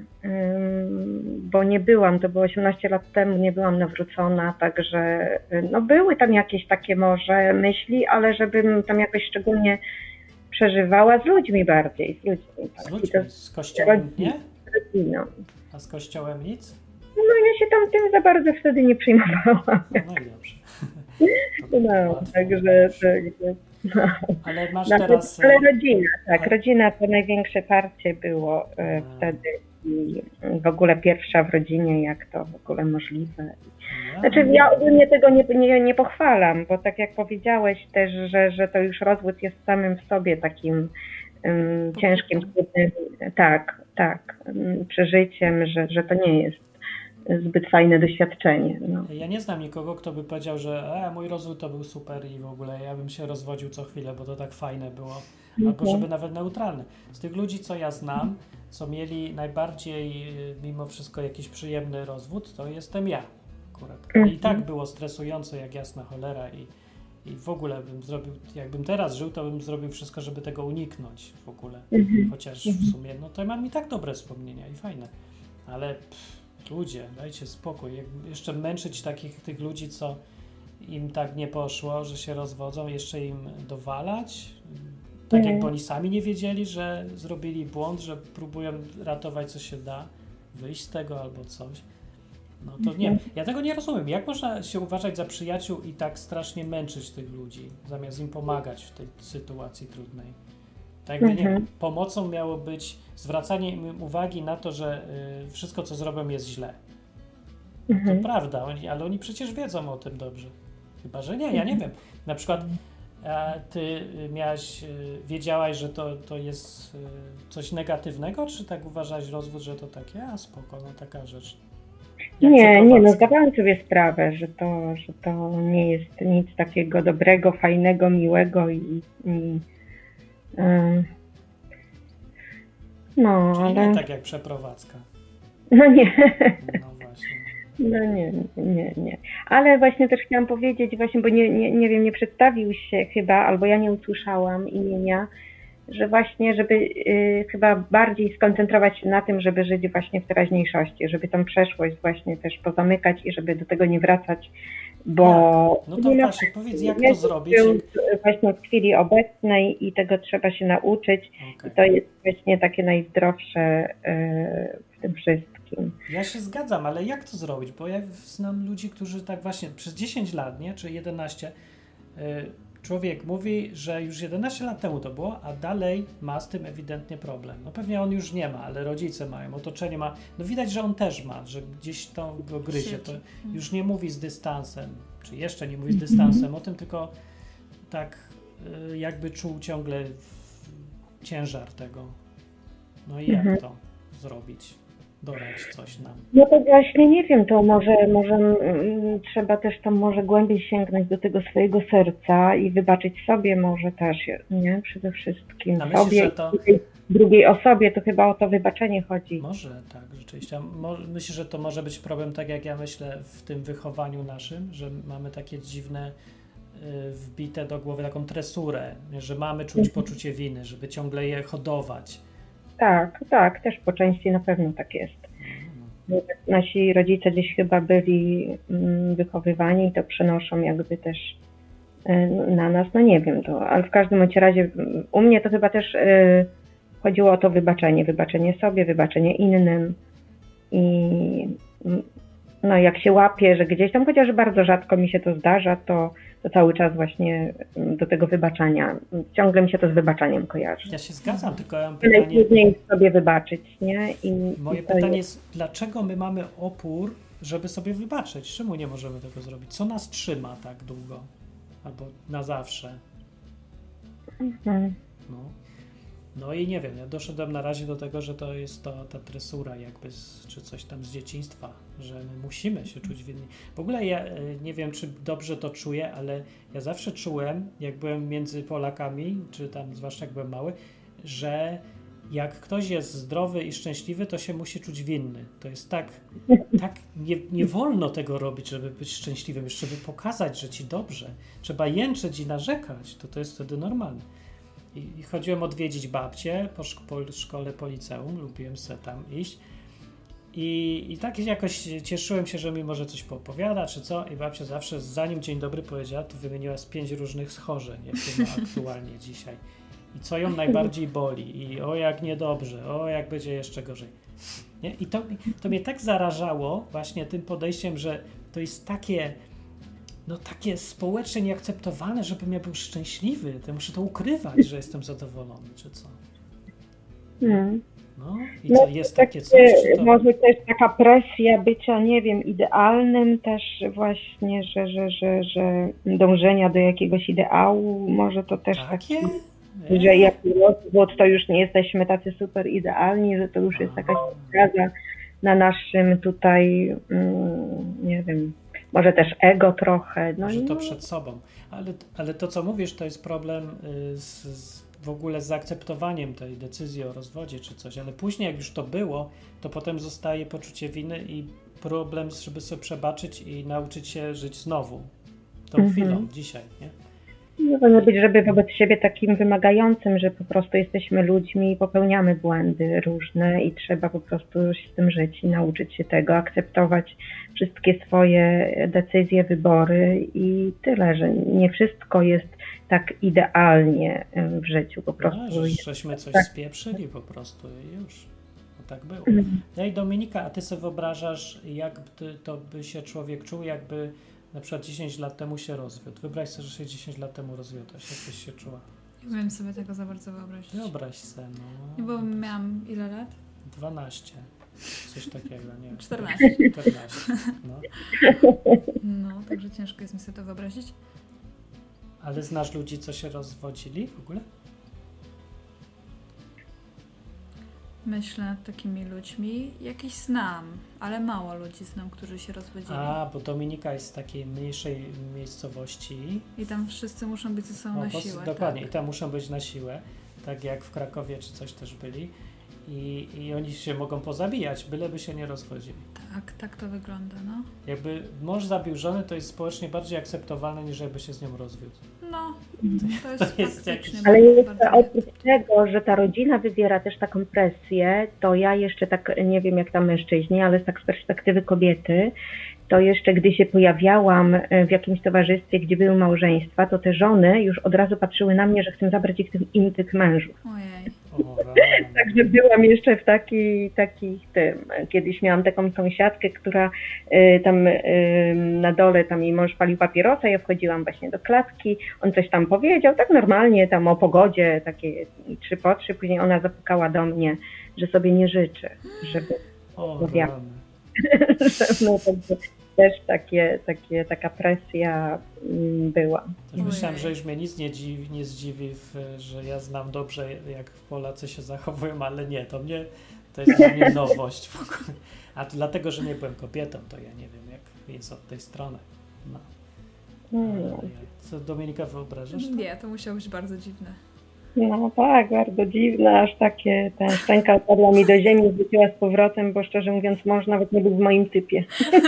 bo nie byłam, to było osiemnaście lat temu, nie byłam nawrócona, także no były tam jakieś takie może myśli, ale żebym tam jakoś szczególnie przeżywała z ludźmi bardziej, z ludźmi. Tak. Z ludźmi? Z Kościołem nie? Rodziną. A z Kościołem nic? No ja się tam tym za bardzo wtedy nie przejmowałam. No, no i dobrze. No, także... także no. Ale masz no, teraz... Ale rodzina, tak, a... rodzina to największe parcie było e, wtedy i w ogóle pierwsza w rodzinie, jak to w ogóle możliwe. Ja. Znaczy ja ogólnie tego nie, nie, nie pochwalam, bo tak jak powiedziałeś też, że, że to już rozwód jest samym w sobie takim um, ciężkim, trudnym, tak, tak, um, przeżyciem, że, że to nie jest zbyt fajne doświadczenie. No. Ja nie znam nikogo, kto by powiedział, że e, mój rozwód to był super i w ogóle ja bym się rozwodził co chwilę, bo to tak fajne było. Albo żeby nawet neutralny. Z tych ludzi, co ja znam, co mieli najbardziej mimo wszystko jakiś przyjemny rozwód, to jestem ja akurat. I tak było stresująco jak jasna cholera i, i w ogóle bym zrobił, jakbym teraz żył, to bym zrobił wszystko, żeby tego uniknąć w ogóle. Chociaż w sumie, no to mam i tak dobre wspomnienia i fajne. Ale pff, ludzie, dajcie spokój. Jak jeszcze męczyć takich tych ludzi, co im tak nie poszło, że się rozwodzą, jeszcze im dowalać? Tak jakby oni sami nie wiedzieli, że zrobili błąd, że próbują ratować co się da, wyjść z tego albo coś. No to nie, ja tego nie rozumiem. Jak można się uważać za przyjaciół i tak strasznie męczyć tych ludzi, zamiast im pomagać w tej sytuacji trudnej? Tak jakby, nie wiem, pomocą miało być zwracanie im uwagi na to, że y, wszystko, co zrobią, jest źle. Mhm. To prawda, oni, ale oni przecież wiedzą o tym dobrze. Chyba, że nie, ja nie wiem. Na przykład a ty miałaś, wiedziałaś, że to, to jest coś negatywnego, czy tak uważałaś rozwód, że to takie, a spoko, no taka rzecz. Jak nie, nie, no zdawałam sobie sprawę, że to, że to nie jest nic takiego dobrego, fajnego, miłego i, i um, no, czyli ale... nie tak jak przeprowadzka. No nie. No właśnie. No nie, nie, nie. Ale właśnie też chciałam powiedzieć, właśnie, bo nie, nie, nie wiem, nie przedstawił się chyba, albo ja nie usłyszałam imienia, że właśnie, żeby y, chyba bardziej skoncentrować się na tym, żeby żyć właśnie w teraźniejszości, żeby tą przeszłość właśnie też pozamykać i żeby do tego nie wracać, bo... Jak? No to właśnie, powiedz, jak to zrobić? Właśnie w chwili obecnej i tego trzeba się nauczyć. Okay. I to jest właśnie takie najzdrowsze y, w tym wszystkim. Ja się zgadzam, ale jak to zrobić? Bo ja znam ludzi, którzy tak właśnie przez dziesięć lat, nie, czy jedenaście, yy, człowiek mówi, że już jedenaście lat temu to było, a dalej ma z tym ewidentnie problem. No pewnie on już nie ma, ale rodzice mają, otoczenie ma. No widać, że on też ma, że gdzieś to go gryzie. To już nie mówi z dystansem, czy jeszcze nie mówi z dystansem o tym, tylko tak yy, jakby czuł ciągle ciężar tego. No i jak mhm. to zrobić? Dorać coś nam. No to właśnie nie wiem, to może, może mm, trzeba też tam może głębiej sięgnąć do tego swojego serca i wybaczyć sobie może też, nie? Przede wszystkim A sobie myślisz, że to... i tej drugiej osobie, to chyba o to wybaczenie chodzi. Może tak, rzeczywiście. Myślę, że to może być problem, tak jak ja myślę, w tym wychowaniu naszym, że mamy takie dziwne y, wbite do głowy taką tresurę, że mamy czuć poczucie winy, żeby ciągle je hodować. Tak, tak, też po części na pewno tak jest. Nasi rodzice gdzieś chyba byli wychowywani i to przenoszą jakby też na nas, no nie wiem, to, ale w każdym bądź razie u mnie to chyba też y, chodziło o to wybaczenie, wybaczenie sobie, wybaczenie innym i no jak się łapie, że gdzieś tam, chociaż bardzo rzadko mi się to zdarza, to, to cały czas właśnie do tego wybaczania, ciągle mi się to z wybaczaniem kojarzy. Ja się zgadzam, tylko ja mam pytanie... Najtrudniej sobie wybaczyć, nie? I, Moje i to pytanie jest... jest, dlaczego my mamy opór, żeby sobie wybaczyć? Czemu nie możemy tego zrobić? Co nas trzyma tak długo? Albo na zawsze? Mhm. No. No i nie wiem, ja doszedłem na razie do tego, że to jest to, ta tresura jakby, z, czy coś tam z dzieciństwa, że my musimy się czuć winni. W ogóle ja e, nie wiem, czy dobrze to czuję, ale ja zawsze czułem, jak byłem między Polakami, czy tam zwłaszcza jak byłem mały, że jak ktoś jest zdrowy i szczęśliwy, to się musi czuć winny. To jest tak, tak nie, nie wolno tego robić, żeby być szczęśliwym, jeszcze by pokazać, że ci dobrze. Trzeba jęczeć i narzekać, to to jest wtedy normalne. I chodziłem odwiedzić babcię po, szko- po szkole, po liceum, lubiłem se tam iść i, i tak jakoś cieszyłem się, że mi może coś poopowiada, czy co, i babcia zawsze, zanim dzień dobry powiedziała, to wymieniła z pięć różnych schorzeń, jakie ma aktualnie dzisiaj i co ją najbardziej boli i o jak niedobrze, o jak będzie jeszcze gorzej. Nie? I to, to mnie tak zarażało właśnie tym podejściem, że to jest takie no takie społecznie nieakceptowalne, żebym ja był szczęśliwy, to muszę to ukrywać, że jestem zadowolony, czy co? Hmm. No i co, jest takie coś? Czy to... Może też taka presja bycia, nie wiem, idealnym też właśnie, że, że, że, że dążenia do jakiegoś ideału, może to też takie? Taki, że jak rozwód, to już nie jesteśmy tacy super idealni, że to już jest jakaś zgadza na naszym tutaj, mm, nie wiem, może też ego trochę. No może i to no. przed sobą. Ale, ale to, co mówisz, to jest problem z, z, w ogóle z zaakceptowaniem tej decyzji o rozwodzie czy coś, ale później jak już to było, to potem zostaje poczucie winy i problem, żeby sobie przebaczyć i nauczyć się żyć znowu. Tą Mhm. chwilą, dzisiaj, nie? Nie powinno być, żeby wobec siebie takim wymagającym, że po prostu jesteśmy ludźmi i popełniamy błędy różne i trzeba po prostu z tym żyć i nauczyć się tego, akceptować wszystkie swoje decyzje, wybory i tyle, że nie wszystko jest tak idealnie w życiu po prostu. No, że, żeśmy coś tak. spieprzyli po prostu i już. No tak było. Mhm. No i Dominika, a ty sobie wyobrażasz, jak to by się człowiek czuł, jakby na przykład dziesięć lat temu się rozwiódł. Wyobraź sobie, że się dziesięć lat temu rozwiodłaś. Jak byś się czuła? Nie umiem sobie tego za bardzo wyobrazić. Wyobraź sobie, no. Nie, bo miałam ile lat? dwanaście. Coś takiego, nie wiem. czternaście. czternaście. No. No, także ciężko jest mi sobie to wyobrazić. Ale znasz ludzi, co się rozwodzili w ogóle? Myślę nad takimi ludźmi. Jakiś znam, ale mało ludzi znam, którzy się rozwodzili. A, bo Dominika jest z takiej mniejszej miejscowości. I tam wszyscy muszą być ze sobą O, na pos- siłę. Dokładnie, Tak. i tam muszą być na siłę, tak jak w Krakowie czy coś też byli. I, I oni się mogą pozabijać, byleby się nie rozwodzili. tak, tak to wygląda, no. Jakby mąż zabił żonę, to jest społecznie bardziej akceptowalne, niż jakby się z nią rozwiódł. No, to jest, To jest faktycznie Ale bardzo, jest bardzo oprócz tego, że ta rodzina wywiera też taką presję, to ja jeszcze tak, nie wiem jak tam mężczyźni, ale tak z perspektywy kobiety, to jeszcze gdy się pojawiałam w jakimś towarzystwie, gdzie były małżeństwa, to te żony już od razu patrzyły na mnie, że chcę zabrać ich tych innych mężów. Ojej. O, rany. Także byłam jeszcze w taki, takich tym. Kiedyś miałam taką sąsiadkę, która y, tam y, na dole, tam jej mąż palił papierosa, ja wchodziłam właśnie do klatki, on coś tam powiedział, tak normalnie tam o pogodzie, takie trzy po trzy, później ona zapukała do mnie, że sobie nie życzy, żeby O, rozmawiała. rany. no, także też takie, takie, taka presja mm, była. Też myślałem, że już mnie nic nie, dziwi, nie zdziwi, w, że ja znam dobrze, jak Polacy się zachowują, ale nie, to mnie to jest dla mnie nowość w ogóle. A to dlatego, że nie byłem kobietą, to ja nie wiem, jak jest od tej strony. No. No, Co, Dominika, wyobrażasz to? Nie, to musiało być bardzo dziwne. no tak, bardzo dziwne, aż takie, ta szczęka opadła mi do ziemi, wróciła z powrotem, bo szczerze mówiąc mąż nawet nie był w moim typie.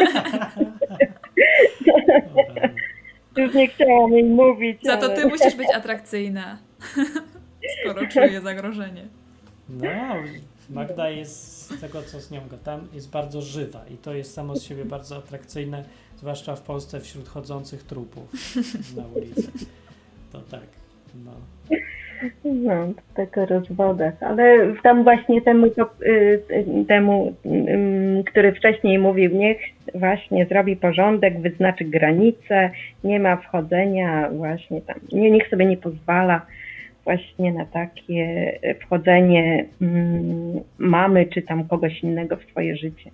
O, rany. Już nie chciałam jej mówić. Za to ale... ty musisz być atrakcyjna, skoro czuję zagrożenie. No, Magda jest, z tego co z nią gadam, jest bardzo żywa i to jest samo z siebie bardzo atrakcyjne, zwłaszcza w Polsce wśród chodzących trupów na ulicy. To tak, no. No, tak o rozwodach, ale tam właśnie temu, to, temu, który wcześniej mówił, niech właśnie zrobi porządek, wyznaczy granice, nie ma wchodzenia właśnie tam, nie, niech sobie nie pozwala właśnie na takie wchodzenie mamy czy tam kogoś innego w swoje życie.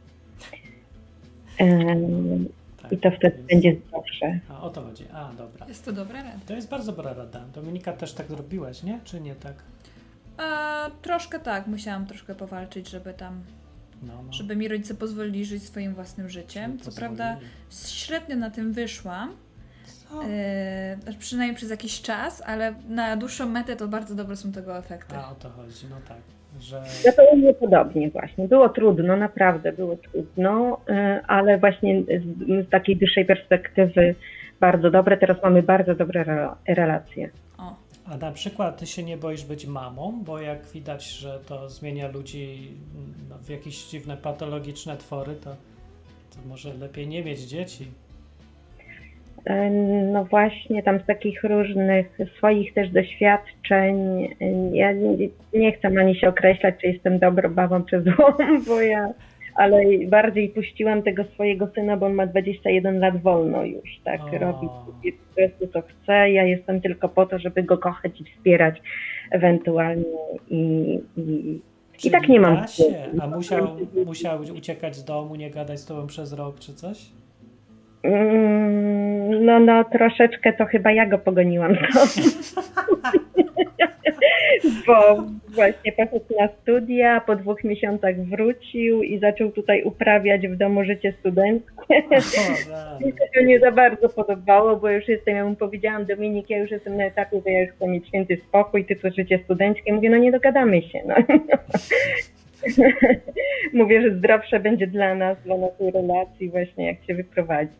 Tak, I to wtedy jest... będzie zdrowsze. A o to chodzi. A, dobra. Jest to dobra rada. To jest bardzo dobra rada. Dominika, też tak zrobiłaś, nie? Czy nie tak? A, troszkę tak. Musiałam troszkę powalczyć, żeby tam, No, no. żeby mi rodzice pozwolili żyć swoim własnym życiem. Żeby Co pozwolili. prawda średnio na tym wyszłam. Yy, przynajmniej przez jakiś czas, ale na dłuższą metę to bardzo dobre są tego efekty. A, o to chodzi. No tak. Że... No to u mnie podobnie właśnie. Było trudno, naprawdę było trudno, ale właśnie z, z takiej dłuższej perspektywy bardzo dobre. Teraz mamy bardzo dobre re- relacje. O. A na przykład ty się nie boisz być mamą, bo jak widać, że to zmienia ludzi no, w jakieś dziwne, patologiczne twory, to, to może lepiej nie mieć dzieci. No właśnie, tam z takich różnych swoich też doświadczeń, ja nie, nie chcę ani się określać, czy jestem dobrą babą, czy złą, bo ja, ale bardziej puściłam tego swojego syna, bo on ma dwadzieścia jeden lat wolno już, tak, O. robi po prostu co chce, ja jestem tylko po to, żeby go kochać i wspierać ewentualnie i, i, i tak nie mam. Da się. A musiał, musiał uciekać z domu, nie gadać z tobą przez rok, czy coś? No, no troszeczkę to chyba ja go pogoniłam. Bo właśnie poszedł na studia, po dwóch miesiącach wrócił i zaczął tutaj uprawiać w domu życie studenckie. Mi się to nie za bardzo podobało, bo już jestem, ja mu powiedziałam, Dominik, ja już jestem na etapie, że ja już chcę mieć święty spokój, ty to życie studenckie. Mówię, no nie dogadamy się. No. Mówię, że zdrowsze będzie dla nas, dla naszej relacji właśnie, jak się wyprowadzisz.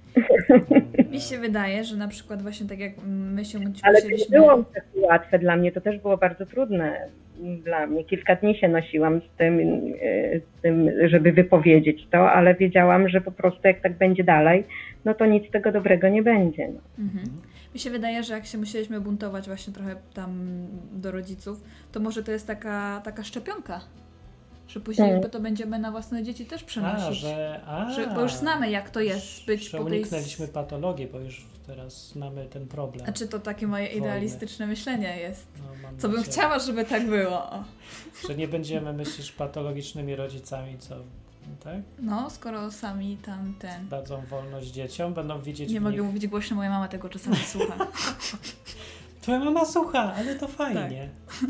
Mi się wydaje, że na przykład właśnie tak jak my się Ale to musieliśmy... nie było takie łatwe dla mnie, to też było bardzo trudne dla mnie. Kilka dni się nosiłam z tym, z tym, żeby wypowiedzieć to, ale wiedziałam, że po prostu jak tak będzie dalej, no to nic z tego dobrego nie będzie. No. Mhm. Mi się wydaje, że jak się musieliśmy buntować właśnie trochę tam do rodziców, to może to jest taka, taka szczepionka, że później Hmm. jakby to będziemy na własne dzieci też przenosić. A, że, a, że, bo już znamy, jak to jest być że po tej... uniknęliśmy patologii, bo już teraz znamy ten problem. A czy to takie moje Wolny. idealistyczne myślenie jest? No, mam Co bym nadzieję, chciała, żeby tak było. O. Że nie będziemy, myślisz, patologicznymi rodzicami, co, tak? No, skoro sami tam ten... Dadzą wolność dzieciom, będą widzieć Nie w mogę nich... mówić głośno, moja mama tego czasami słucha. Twoja mama słucha, ale to fajnie.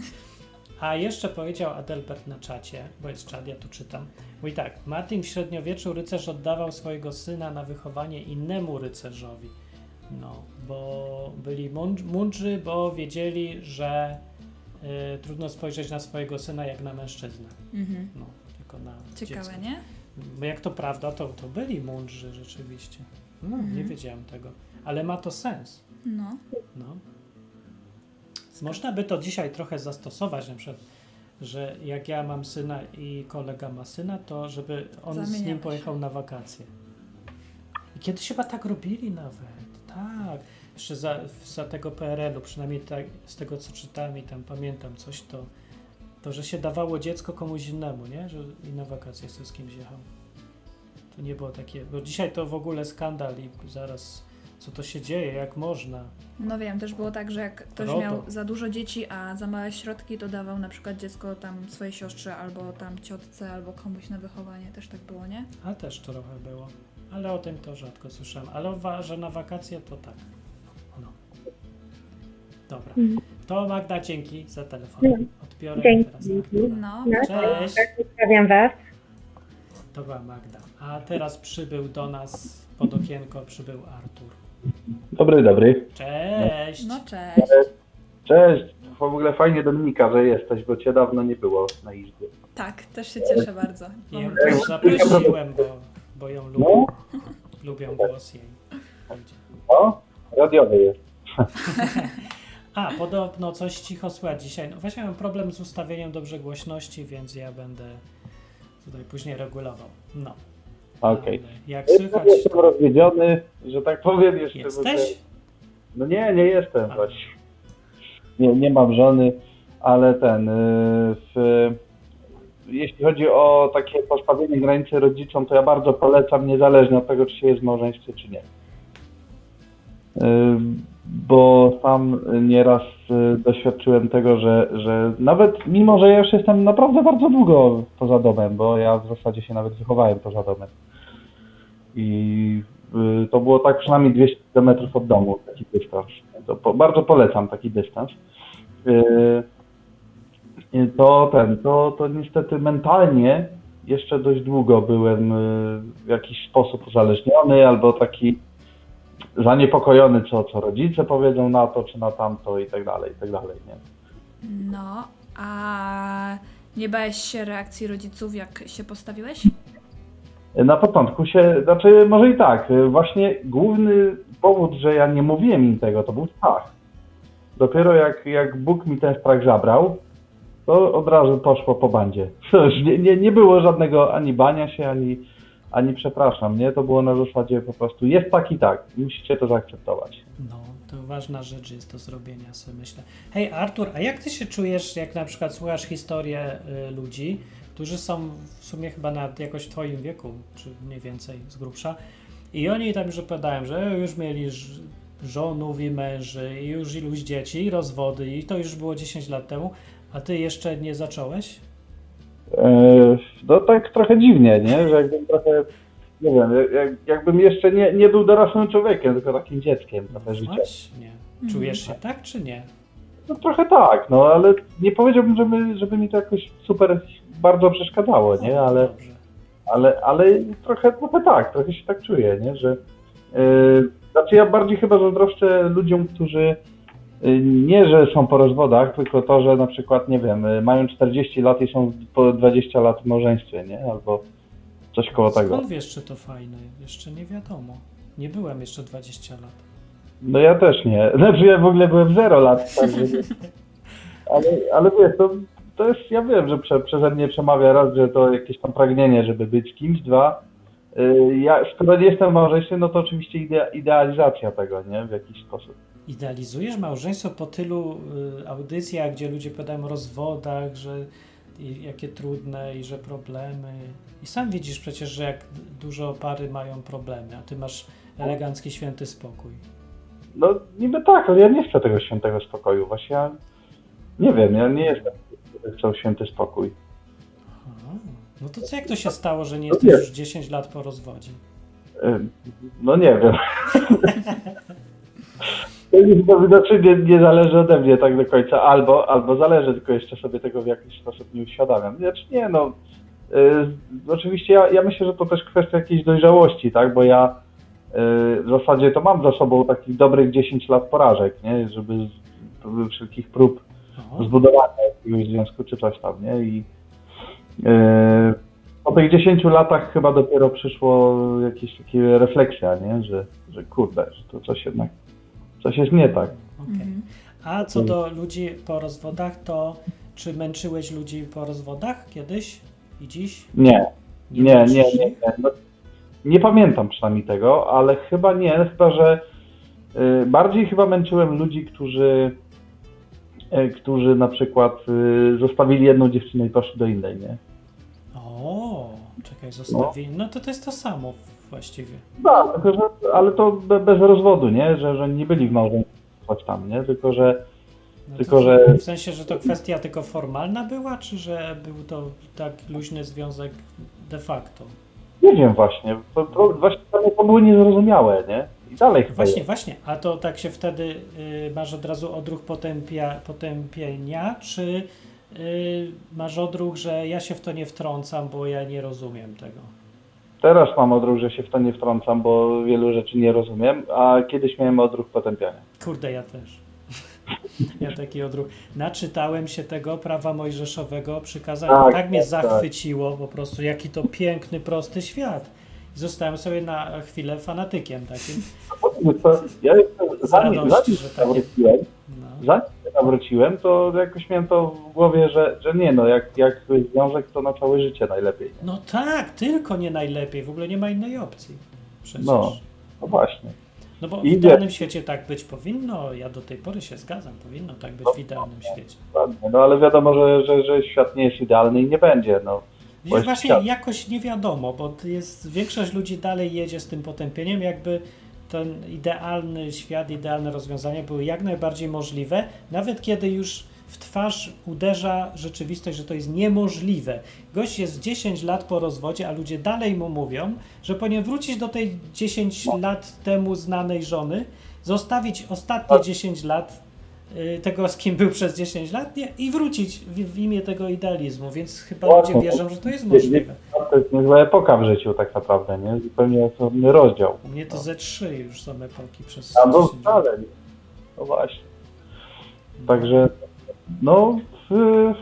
A jeszcze powiedział Adelbert na czacie, bo jest czat, ja tu czytam. Mówi tak, Martin w średniowieczu rycerz oddawał swojego syna na wychowanie innemu rycerzowi. No, bo byli mądrzy, mądrzy bo wiedzieli, że y, trudno spojrzeć na swojego syna jak na mężczyznę. Mhm. No, tylko na Ciekawe, dziecko. nie? Bo jak to prawda, to, to byli mądrzy rzeczywiście. No, Mhm. nie wiedziałem tego. Ale ma to sens. No. No. Można by to dzisiaj trochę zastosować, na przykład, że jak ja mam syna i kolega ma syna, to żeby on z Zamieniamy nim się. pojechał na wakacje. I kiedyś chyba tak robili nawet. Tak. Jeszcze za, za tego P R L u, przynajmniej tak, z tego co czytałem i tam pamiętam coś, to, to że się dawało dziecko komuś innemu, nie? Że i na wakacje sobie z kimś jechał. To nie było takie, bo dzisiaj to w ogóle skandal i zaraz co to się dzieje, jak można. No wiem, też było tak, że jak ktoś Roto. miał za dużo dzieci, a za małe środki, to dawał na przykład dziecko tam swojej siostrze, albo tam ciotce, albo komuś na wychowanie. Też tak było, nie? A też trochę było. Ale o tym to rzadko słyszałem. Ale wa- że na wakacje to tak. No. Dobra. To Magda, dzięki za telefon. Odbiorę Dzięki. teraz Artura. No. No, Cześć. tak, pozdrawiam Was. To była Magda. A teraz przybył do nas pod okienko, przybył Artur. Dobry, dobry. Cześć. No cześć. Cześć. W ogóle fajnie, Dominika, że jesteś, bo cię dawno nie było na izbie. Tak, też się cieszę bardzo. I ją Mam- też zaprosiłem, bo, bo ją lubię. No, Lubią głos jej. o, radiowy jest. A, podobno coś cicho słychać dzisiaj. No właśnie mam problem z ustawieniem dobrze głośności, więc ja będę tutaj później regulował. No. Okej. Ale jak Okay. słychać... Jestem rozwiedziony, że tak powiem. Jeszcze Jesteś? No nie, nie jestem A. właśnie. Nie, nie mam żony, ale ten... Yy, w... Jeśli chodzi o takie postawienie granicy rodzicom, to ja bardzo polecam, niezależnie od tego, czy się jest w małżeństwie, czy nie. Yy, bo sam nieraz yy, doświadczyłem tego, że, że nawet mimo, że ja już jestem naprawdę bardzo długo poza domem, bo ja w zasadzie się nawet wychowałem poza domem. I yy, to było tak przynajmniej dwieście kilometrów od domu, taki dystans. To po, bardzo polecam taki dystans. Yy, To ten, to, to niestety mentalnie jeszcze dość długo byłem w jakiś sposób uzależniony albo taki zaniepokojony, co, co rodzice powiedzą na to, czy na tamto i tak dalej, i tak dalej, nie? No, a nie bałeś się reakcji rodziców, jak się postawiłeś? Na początku się, znaczy może i tak, właśnie główny powód, że ja nie mówiłem im tego, to był strach. Dopiero jak, jak Bóg mi ten strach zabrał, to od razu poszło po bandzie. Nie, nie, nie było żadnego ani bania się, ani, ani przepraszam, nie? To było na zasadzie po prostu jest tak i tak, musicie to zaakceptować. No, to ważna rzecz jest do zrobienia, sobie myślę. Hej Artur, a jak ty się czujesz, jak na przykład słuchasz historię y, ludzi, którzy są w sumie chyba nawet jakoś w twoim wieku, czy mniej więcej z grubsza, i oni tam już opowiadają, że już mieli ż- żonów i męży, i już iluś dzieci, i rozwody, i to już było dziesięć lat temu, a ty jeszcze nie zacząłeś? Eee, no tak trochę dziwnie, nie? Że jakbym trochę, nie wiem, jak, jakbym jeszcze nie, nie był dorosłym człowiekiem, tylko takim dzieckiem trochę życia. Właśnie. Czujesz się tak, czy nie? No trochę tak, no ale nie powiedziałbym, żeby, żeby mi to jakoś super bardzo przeszkadzało, nie? Ale, Dobrze. ale, ale trochę, trochę tak, trochę się tak czuję, nie? Że, yy, znaczy ja bardziej chyba zazdroszczę ludziom, którzy yy, nie, że są po rozwodach, tylko to, że na przykład, nie wiem, yy, mają czterdzieści lat i są po dwadzieścia lat w małżeństwie, nie? Albo coś koło tego. Skąd wiesz, czy to fajne? Jeszcze nie wiadomo. Nie byłem jeszcze dwadzieścia lat. No ja też nie. Znaczy ja w ogóle byłem zero lat, także... Ale, ale wiesz, to, to jest, ja wiem, że prze, przeze mnie przemawia raz, że to jakieś tam pragnienie, żeby być kimś, dwa. Yy, ja, skoro nie jestem w małżeństwie, no to oczywiście idea, idealizacja tego, nie? W jakiś sposób. Idealizujesz małżeństwo po tylu y, audycjach, gdzie ludzie podają o rozwodach, że i, jakie trudne i że problemy. I sam widzisz przecież, że jak dużo pary mają problemy, a ty masz elegancki, święty spokój. No niby tak, ale ja nie chcę tego świętego spokoju. Właśnie ja nie wiem, ja nie jestem, który chcę święty spokój. Aha. No to co, jak to się stało, że nie No jesteś nie. już dziesięć lat po rozwodzie? Yy, no nie wiem. To znaczy nie, nie zależy ode mnie tak do końca, albo, albo zależy, tylko jeszcze sobie tego w jakiś sposób nie uświadamiam. Znaczy nie, no yy, oczywiście ja, ja myślę, że to też kwestia jakiejś dojrzałości, tak, bo ja yy, w zasadzie to mam za sobą takich dobrych dziesięć lat porażek, nie, żeby z, wszelkich prób O, zbudowania jakiegoś związku czy coś tam, nie, i yy, po tych dziesięciu latach chyba dopiero przyszło jakieś takie refleksja, nie, że, że kurde, że to coś jednak coś jest nie tak. okej. Mhm. A co do ludzi po rozwodach, to czy męczyłeś ludzi po rozwodach kiedyś i dziś? Nie, nie, nie, męczysz nie. ich? Nie, no, nie pamiętam przynajmniej tego, ale chyba nie, chyba że y, bardziej chyba męczyłem ludzi, którzy y, którzy na przykład y, zostawili jedną dziewczynę i poszli do innej, nie? O, czekaj, zostawili. No to to jest to samo właściwie. Tak, tylko że, ale to be, bez rozwodu, nie? Że, że nie byli w małżeństwie, coś tam, nie? Tylko że No Tylko, to, że- w sensie, że to kwestia tylko formalna była, czy że był to tak luźny związek de facto? nie wiem właśnie, to, to właśnie to było niezrozumiałe, nie? I dalej chyba Właśnie, jest. właśnie. A to tak się wtedy y, masz od razu odruch potępia, potępienia, czy y, masz odruch, że ja się w to nie wtrącam, bo ja nie rozumiem tego? Teraz mam odruch, że się w to nie wtrącam, bo wielu rzeczy nie rozumiem, a kiedyś miałem odruch potępiania. Kurde, ja też. Ja taki odruch. Naczytałem się tego prawa mojżeszowego przykazania. Tak, Tak, tak mnie tak, zachwyciło po prostu, jaki to piękny, prosty świat. I zostałem sobie na chwilę fanatykiem takim. To ja jestem Z zanim, radości, zanim że takie- wróciłem, No. zanim się nawróciłem, to jakoś miałem to w głowie, że, że nie, no jak, jak związek to na całe życie najlepiej. Nie? No tak, tylko nie najlepiej, w ogóle nie ma innej opcji. Przecież. No, no właśnie. No bo w I idealnym wie- świecie tak być powinno, ja do tej pory się zgadzam, powinno tak być w idealnym świecie. Ładnie. No ale wiadomo, że, że, że świat nie jest idealny i nie będzie, no. Bo Wiesz, jest właśnie świat. jakoś nie wiadomo, bo to jest, większość ludzi dalej jedzie z tym potępieniem, jakby ten idealny świat, idealne rozwiązania były jak najbardziej możliwe, nawet kiedy już w twarz uderza rzeczywistość, że to jest niemożliwe. Gość jest dziesięć lat po rozwodzie, a ludzie dalej mu mówią, że powinien wrócić do tej dziesięć lat temu znanej żony, zostawić ostatnie dziesięć lat y, tego, z kim był przez dziesięć lat, nie, i wrócić w, w imię tego idealizmu, więc chyba ludzie wierzą, że to jest możliwe. To jest niezła epoka w życiu tak naprawdę, nie? Zupełnie osobny rozdział. U mnie to ze trzy już są epoki przez A no dziesięć lat. wcale. No właśnie. Także, no, w,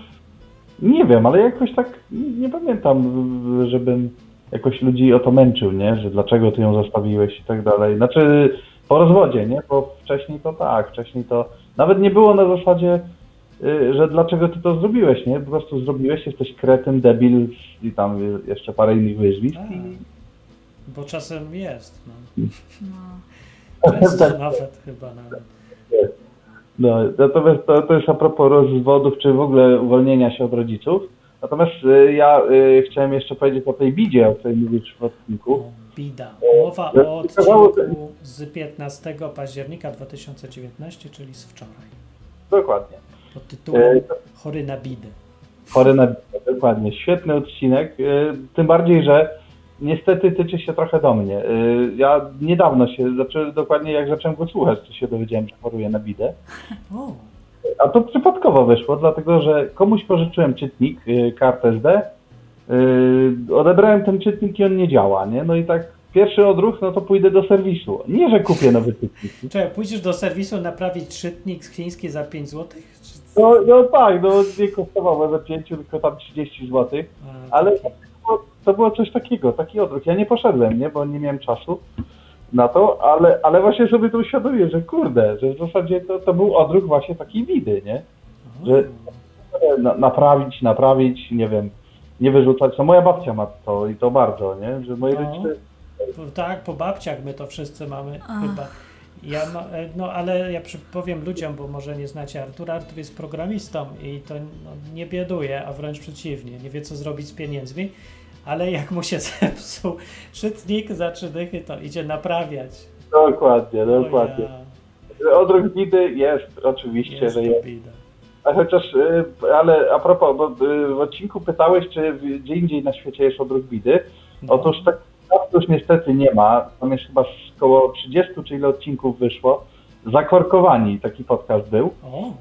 nie wiem, ale jakoś tak nie, nie pamiętam, żebym jakoś ludzi o to męczył, nie? Że dlaczego ty ją zostawiłeś i tak dalej. Znaczy po rozwodzie, nie? Bo wcześniej to tak, wcześniej to nawet nie było na zasadzie, y, że dlaczego ty to zrobiłeś, nie? Po prostu zrobiłeś, jesteś kretyn, debil i tam jeszcze parę innych wyzwisk. A, I... bo czasem jest, no. No. Często nawet chyba nawet. No, natomiast to, to jest a propos rozwodów, czy w ogóle uwolnienia się od rodziców. Natomiast y, ja y, chciałem jeszcze powiedzieć o tej bidzie, o której mówisz w odcinku. O, bida. Mowa o odcinku z piętnastego października dwa tysiące dziewiętnastego, czyli z wczoraj. Dokładnie. Pod tytułem Y, Chory na bidę. Chory na bidę, dokładnie. Świetny odcinek, y, tym bardziej, że niestety tyczy się trochę do mnie. Y, ja niedawno się, znaczy dokładnie jak zacząłem go słuchać, to się dowiedziałem, że choruję na bidę. O, A to przypadkowo wyszło, dlatego że komuś pożyczyłem czytnik, y, kartę S D, y, odebrałem ten czytnik i on nie działa, nie? No i tak pierwszy odruch, no to pójdę do serwisu. Nie, że kupię nowy czytnik. czekaj, pójdziesz do serwisu naprawić czytnik chiński za pięć złotych? No, no tak, no nie kosztowało we pięciu, tylko tam trzydzieści złotych, A, ale taki. to było, to było coś takiego, taki odruch. Ja nie poszedłem, nie, bo nie miałem czasu na to, ale, ale właśnie sobie to uświadomiłem, że kurde, że w zasadzie to, to był odruch właśnie takiej bidy, nie? Że na, naprawić, naprawić, nie wiem, nie wyrzucać. No moja babcia ma to i to bardzo, nie? Że moi No. rodzice... Po- Tak, po babciach my to wszyscy mamy Ach. chyba. Ja ma, e, no ale ja przy- powiem ludziom, bo może nie znacie Artura. Artur jest programistą i to no, nie bieduje, a wręcz przeciwnie, nie wie co zrobić z pieniędzmi, ale jak mu się zepsuł czytnik za trzy dychy, to idzie naprawiać. Dokładnie, O dokładnie. ja, Odruch bidy jest, oczywiście, jest że to jest. bida. A chociaż, y, ale a propos, bo y, w odcinku pytałeś, czy w- gdzie indziej na świecie jest odruch bidy. No. Otóż tak już niestety nie ma. Tam jest chyba z około trzydziestu czy ile odcinków wyszło. Zakorkowani taki podcast był O,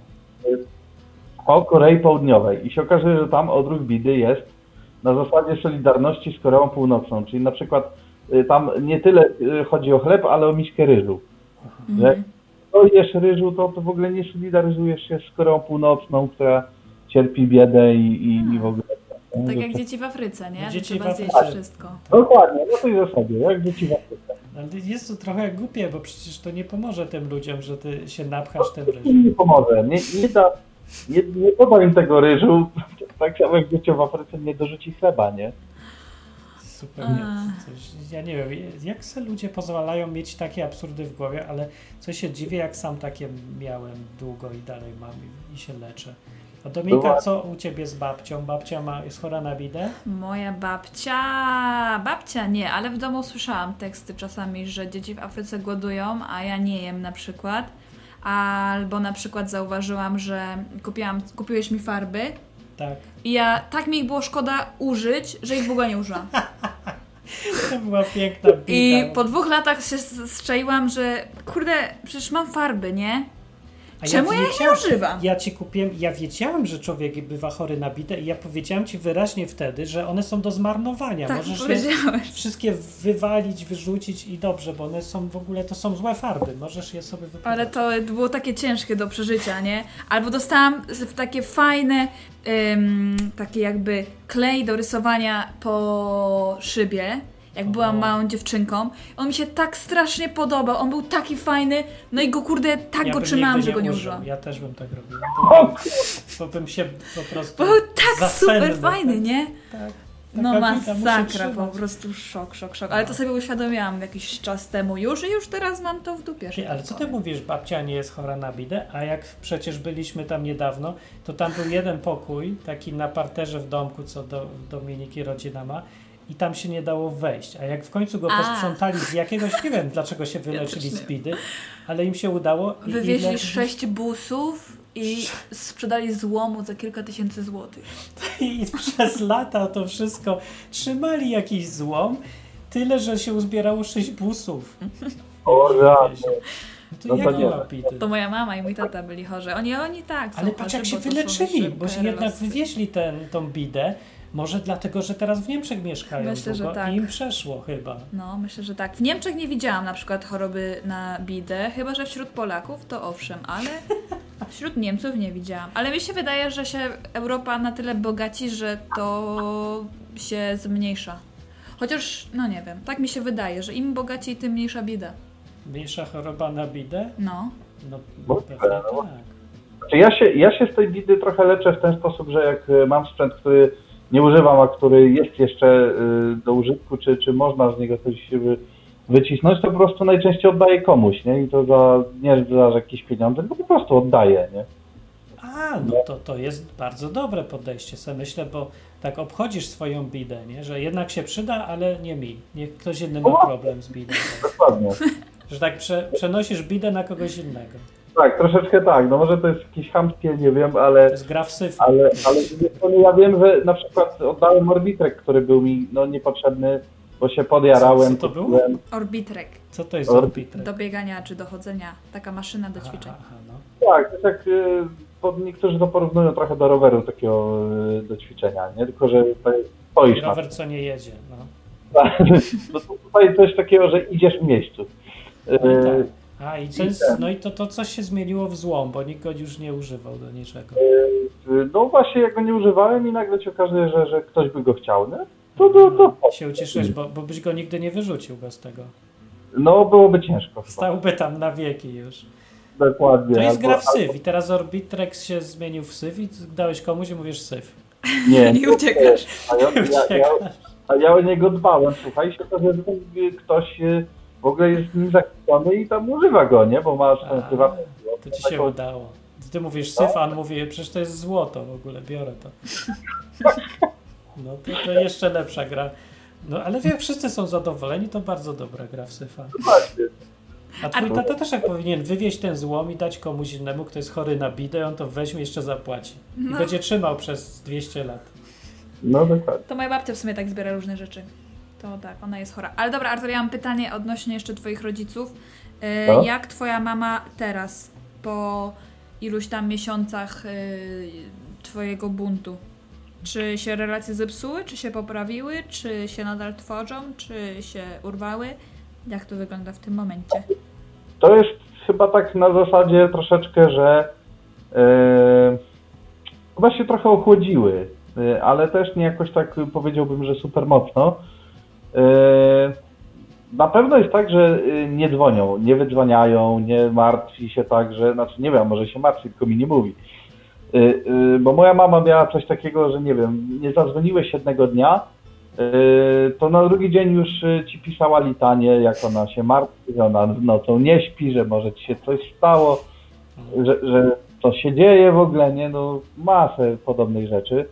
o Korei Południowej. I się okazuje, że tam odruch bidy jest na zasadzie solidarności z Koreą Północną. Czyli na przykład y, tam nie tyle y, chodzi o chleb, ale o miskę ryżu. Że jak to jesz ryżu, to, to w ogóle nie solidaryzujesz się z Koreą Północną, która cierpi biedę i, i, i w ogóle. Tak Że jak to- dzieci w Afryce, nie? No, Że dzieci trzeba w zjeść Afryce. wszystko. Dokładnie, no tej zasadzie, jak dzieci w Afryce. ale jest to trochę głupie, bo przecież to nie pomoże tym ludziom, że ty się napchasz tym To ryżem. im nie pomoże, nie, nie, da, nie, nie poda im tego ryżu, tak samo jak dzieciom w Afryce nie dorzuci chleba, nie? Zupełnie A. coś, ja nie wiem, jak se ludzie pozwalają mieć takie absurdy w głowie, ale coś się dziwię, jak sam takie miałem długo i dalej mam i, i się leczę. A Dominika, co u ciebie z babcią? Babcia ma, jest chora na bidę? Moja babcia... Babcia nie, ale w domu słyszałam teksty czasami, że dzieci w Afryce głodują, a ja nie jem na przykład. Albo na przykład zauważyłam, że kupiłam, kupiłeś mi farby Tak. i ja tak mi ich było szkoda użyć, że ich w ogóle nie użyłam. To była piękna bida. I po dwóch latach się z- strzeliłam, że kurde, przecież mam farby, nie? A Czemu ja ich nie wiedziałem- używam? Ja ci kupiłem, ja wiedziałem, że człowiek bywa chory na bidę i ja powiedziałem ci wyraźnie wtedy, że one są do zmarnowania. Tak, Możesz je powiedziałeś. wszystkie wywalić, wyrzucić i dobrze, bo one są w ogóle, to są złe farby. Możesz je sobie wypluć. Ale to było takie ciężkie do przeżycia, nie? Albo dostałam z- takie fajne, ym, takie jakby klej do rysowania po szybie jak byłam małą dziewczynką. On mi się tak strasznie podobał, on był taki fajny, no i go kurde tak ja go trzymałam, że go nie użył. użyłam. Ja też bym tak robił. Bo, bo bym się po prostu Był tak super fajny, tak, nie? Tak. No masakra, po prostu szok, szok, szok. Ale to sobie uświadomiłam jakiś czas temu już i już teraz mam to w dupie. Ty, ale co ty mówisz, babcia nie jest chora na bidę? A jak przecież byliśmy tam niedawno, to tam był jeden pokój, taki na parterze w domku, co do Dominiki rodzina ma i tam się nie dało wejść. A jak w końcu go A. posprzątali z jakiegoś, nie wiem dlaczego się wyleczyli z bidy, ale im się udało. I Wywieźli ile... sześć busów i sprzedali złomu za kilka tysięcy złotych. I przez lata to wszystko trzymali jakiś złom, tyle, że się uzbierało sześć busów. O, rany. No to No jak to nie nie. ma bidy? To moja mama i mój tata byli chorzy. Oni, oni tak są Ale patrz jak chorzy, się bo to są wyleczyli, szybkie bo się jednak relacje. wywieźli ten, tą bidę. Może dlatego, że teraz w Niemczech mieszkają Myślę, że długo tak. i im przeszło chyba. No, myślę, że tak. W Niemczech nie widziałam na przykład choroby na bidę, chyba że wśród Polaków to owszem, ale wśród Niemców nie widziałam. Ale mi się wydaje, że się Europa na tyle bogaci, że to się zmniejsza. Chociaż, no nie wiem, tak mi się wydaje, że im bogaci, tym mniejsza bida. Mniejsza choroba na bidę? No. No Bo- pewnie tak. Znaczy ja się, ja się z tej bidy trochę leczę w ten sposób, że jak y, mam sprzęt, który nie używam, a który jest jeszcze y, do użytku, czy, czy można z niego coś wy, wycisnąć, to po prostu najczęściej oddaję komuś, nie? I to za, nie za jakieś pieniądze, tylko po prostu oddaję, nie? A, no to, to jest bardzo dobre podejście, sobie myślę, bo tak obchodzisz swoją bidę, nie? Że jednak się przyda, ale nie mi. Niech ktoś inny ma problem z bidą. Dokładnie. Że tak prze, przenosisz bidę na kogoś innego. Tak, troszeczkę tak, no może to jest jakieś chamskie, nie wiem, ale... To jest gra w syf. Ale, ale z drugiej strony ja wiem, że na przykład oddałem Orbitrek, który był mi no, niepotrzebny, bo się podjarałem. Co- co to był? kupiłem. Orbitrek. Co to jest Or- orbitrek? Do biegania czy do chodzenia. Taka maszyna do ćwiczeń. Aha, no. Tak, to jest jak, y, pod, niektórzy to porównują trochę do roweru takiego y, do ćwiczenia, nie? Tylko, że to jest- stoisz na Rower co nie jedzie, no. no to tutaj coś takiego, że idziesz w miejscu. No i Y, tak. A i co jest, no i to, to coś się zmieniło w złom, bo nikt go już nie używał do niczego. y, No właśnie, ja go nie używałem i nagle się okazuje, że, że ktoś by go chciał, nie? To, to, to, No, się ucieszyłeś, bo, bo byś go nigdy nie wyrzucił bez tego. no byłoby ciężko chyba. Stałby tam na wieki już. Dokładnie. To jest albo- gra w syf i teraz Orbitrex się zmienił w syf i dałeś komuś i mówisz syf. Nie, Nie uciekasz. A ja, ja, ja, a ja o niego dbałem, słuchaj, się okazuje, że ktoś y, w ogóle jest nim zachwycony i tam używa go, nie? Bo masz ten A, prywatny złot. To ci się udało. Ty mówisz syf, a on mówi, przecież to jest złoto w ogóle, biorę to. No to, to jeszcze lepsza gra. No ale jak wszyscy są zadowoleni, to bardzo dobra gra w syfa. A twój tata też jak powinien wywieźć ten złom i dać komuś innemu, kto jest chory na bidę, on to weźmie i jeszcze zapłaci. I No. będzie trzymał przez dwieście lat. No dokładnie. To moja babcia w sumie tak zbiera różne rzeczy. To tak, ona jest chora. Ale dobra, Artur, ja mam pytanie odnośnie jeszcze twoich rodziców. E, No. Jak twoja mama teraz, po iluś tam miesiącach e, twojego buntu? Czy się relacje zepsuły, czy się poprawiły, czy się nadal tworzą, czy się urwały? Jak to wygląda w tym momencie? To jest chyba tak na zasadzie troszeczkę, że e, chyba się trochę ochłodziły, e, ale też nie jakoś tak powiedziałbym, że super mocno. E, na pewno jest tak, że e, nie dzwonią, nie wydzwaniają, nie martwi się tak, że, znaczy nie wiem, może się martwi, tylko mi nie mówi. E, e, bo moja mama miała coś takiego, że nie wiem, nie zadzwoniłeś jednego dnia, to na drugi dzień już ci pisała litanie, jak ona się martwi, że ona nocą nie śpi, że może ci się coś stało, że, że coś się dzieje w ogóle, nie? No masę podobnych rzeczy.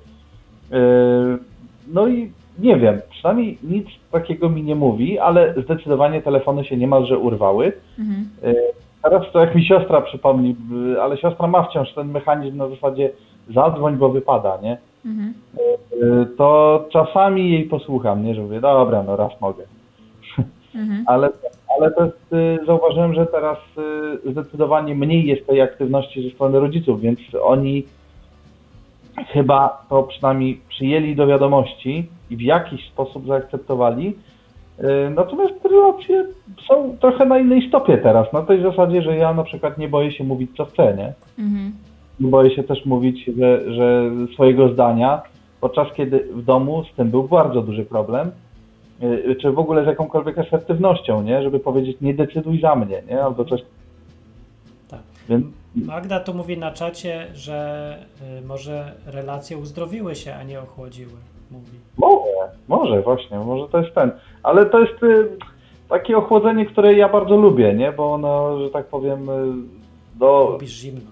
No i nie wiem, przynajmniej nic takiego mi nie mówi, ale zdecydowanie telefony się niemalże urwały. Mhm. Teraz to jak mi siostra przypomni, ale siostra ma wciąż ten mechanizm na zasadzie zadzwoń, bo wypada, nie? Mhm. To czasami jej posłucham, nie? Że mówię, dobra, no raz mogę. Mhm. Ale, ale to jest, zauważyłem, że teraz zdecydowanie mniej jest tej aktywności ze strony rodziców, więc oni chyba to przynajmniej przyjęli do wiadomości i w jakiś sposób zaakceptowali. Natomiast relacje są trochę na innej stopie teraz, na tej zasadzie, że ja na przykład nie boję się mówić co chcę, nie? Mhm. Nie boję się też mówić, że, że swojego zdania, podczas kiedy w domu z tym był bardzo duży problem. yy, czy w ogóle z jakąkolwiek asertywnością, nie? Żeby powiedzieć, nie decyduj za mnie, nie? Albo coś. Tak. Więc... Magda tu mówi na czacie, że y, może relacje uzdrowiły się, a nie ochłodziły. Mówi. Może, może właśnie, może to jest ten. Ale to jest y, takie ochłodzenie, które ja bardzo lubię, nie? Bo ono, że tak powiem, y, do... Lubisz zimno.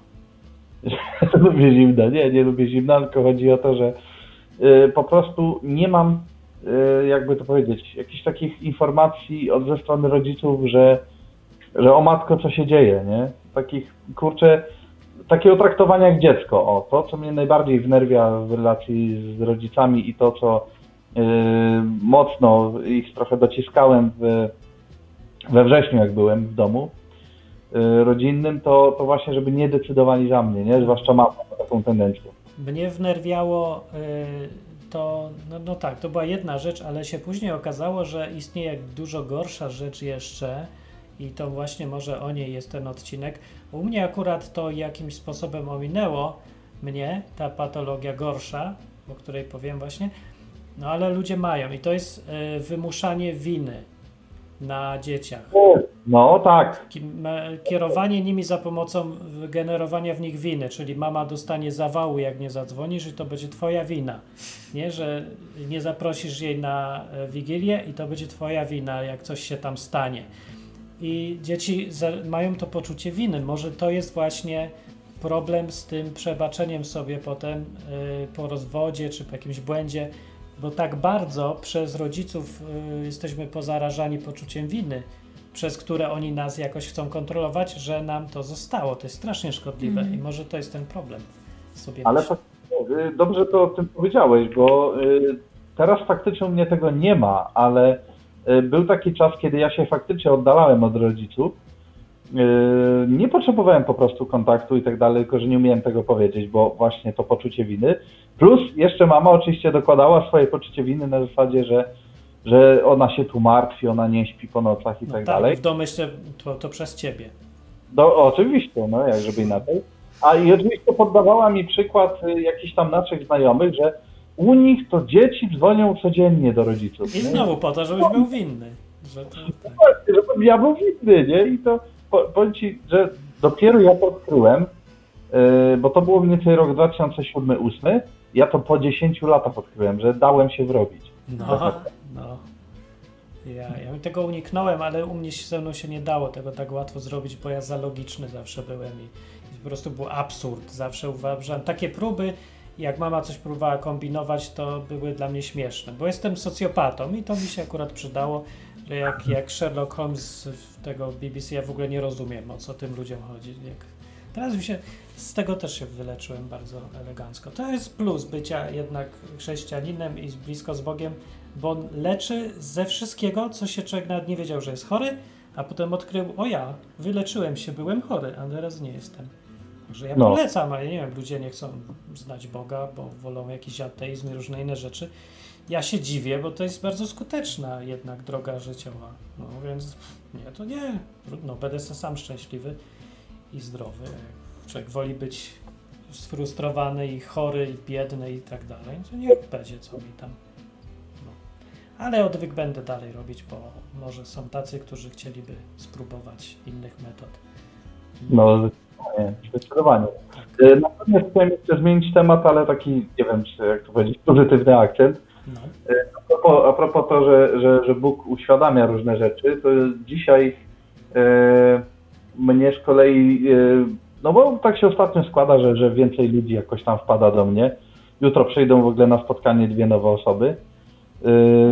Lubię zimno, nie, nie lubię zimna, tylko chodzi o to, że y, po prostu nie mam, y, jakby to powiedzieć, jakichś takich informacji od ze strony rodziców, że, że o matko, co się dzieje, nie? Takich, kurczę, takiego traktowania jak dziecko, o, to, co mnie najbardziej wnerwia w relacji z rodzicami i to, co y, mocno ich trochę dociskałem w, we wrześniu, jak byłem w domu y, rodzinnym, to, to właśnie, żeby nie decydowali za mnie, nie? Zwłaszcza mama ma taką tendencję. Mnie wnerwiało y, to, no, no tak, to była jedna rzecz, ale się później okazało, że istnieje dużo gorsza rzecz jeszcze i to właśnie może o niej jest ten odcinek. U mnie akurat to jakimś sposobem ominęło mnie, ta patologia gorsza, o której powiem właśnie, no ale ludzie mają i to jest y, wymuszanie winy na dzieciach. No tak. Kierowanie nimi za pomocą generowania w nich winy, czyli mama dostanie zawału, jak nie zadzwonisz i to będzie twoja wina, nie, że nie zaprosisz jej na Wigilię i to będzie twoja wina, jak coś się tam stanie. I dzieci mają to poczucie winy. Może to jest właśnie problem z tym przebaczeniem sobie potem yy, po rozwodzie czy po jakimś błędzie, bo tak bardzo przez rodziców yy, jesteśmy pozarażani poczuciem winy, przez które oni nas jakoś chcą kontrolować, że nam to zostało. To jest strasznie szkodliwe mm. i może to jest ten problem. Sobie Ale to, dobrze to o tym powiedziałeś, bo yy, teraz faktycznie u mnie tego nie ma, ale był taki czas, kiedy ja się faktycznie oddalałem od rodziców. Nie potrzebowałem po prostu kontaktu i tak dalej, tylko że nie umiałem tego powiedzieć, bo właśnie to poczucie winy. Plus jeszcze mama oczywiście dokładała swoje poczucie winy na zasadzie, że, że ona się tu martwi, ona nie śpi po nocach i no tak, tak dalej. W domyśle to, to przez ciebie. No oczywiście, no jak żeby inaczej. A i oczywiście poddawała mi przykład jakichś tam naszych znajomych, że u nich to dzieci dzwonią codziennie do rodziców. I nie? znowu po to, żebyś był winny. Że to, tak. Właśnie, żebym ja był winny, nie? I to powiem ci, że dopiero ja to odkryłem, yy, bo to było mniej więcej rok dwa tysiące siódmy ósmy, ja to po dziesięciu latach odkryłem, że dałem się wrobić. No, no. Ja, ja tego uniknąłem, ale u mnie się, ze mną się nie dało tego tak łatwo zrobić, bo ja za logiczny zawsze byłem i, i po prostu był absurd. Zawsze uważałem, takie próby, jak mama coś próbowała kombinować, to były dla mnie śmieszne, bo jestem socjopatą i to mi się akurat przydało, że jak, jak Sherlock Holmes tego B B C, ja w ogóle nie rozumiem, o co tym ludziom chodzi. Jak... Teraz mi się, z tego też się wyleczyłem bardzo elegancko. To jest plus bycia jednak chrześcijaninem i blisko z Bogiem, bo on leczy ze wszystkiego, co się człowiek nawet nie wiedział, że jest chory, a potem odkrył, o ja, wyleczyłem się, byłem chory, a teraz nie jestem. Że ja no. polecam, ale nie wiem, ludzie nie chcą znać Boga, bo wolą jakiś ateizm i różne inne rzeczy. Ja się dziwię, bo to jest bardzo skuteczna jednak droga życiowa. No więc nie, to nie. Trudno, będę sam szczęśliwy i zdrowy. Człowiek woli być sfrustrowany i chory i biedny i tak dalej, to niech będzie co mi tam. No. Ale odwyk będę dalej robić, bo może są tacy, którzy chcieliby spróbować innych metod. No, nie, zdecydowanie. Tak. Natomiast chciałem jeszcze zmienić temat, ale taki, nie wiem, czy jak to powiedzieć, pozytywny akcent. No. A propos, a propos to, że, że, że Bóg uświadamia różne rzeczy, to dzisiaj e, mnie z kolei, e, no bo tak się ostatnio składa, że, że więcej ludzi jakoś tam wpada do mnie. Jutro przyjdą w ogóle na spotkanie dwie nowe osoby. E,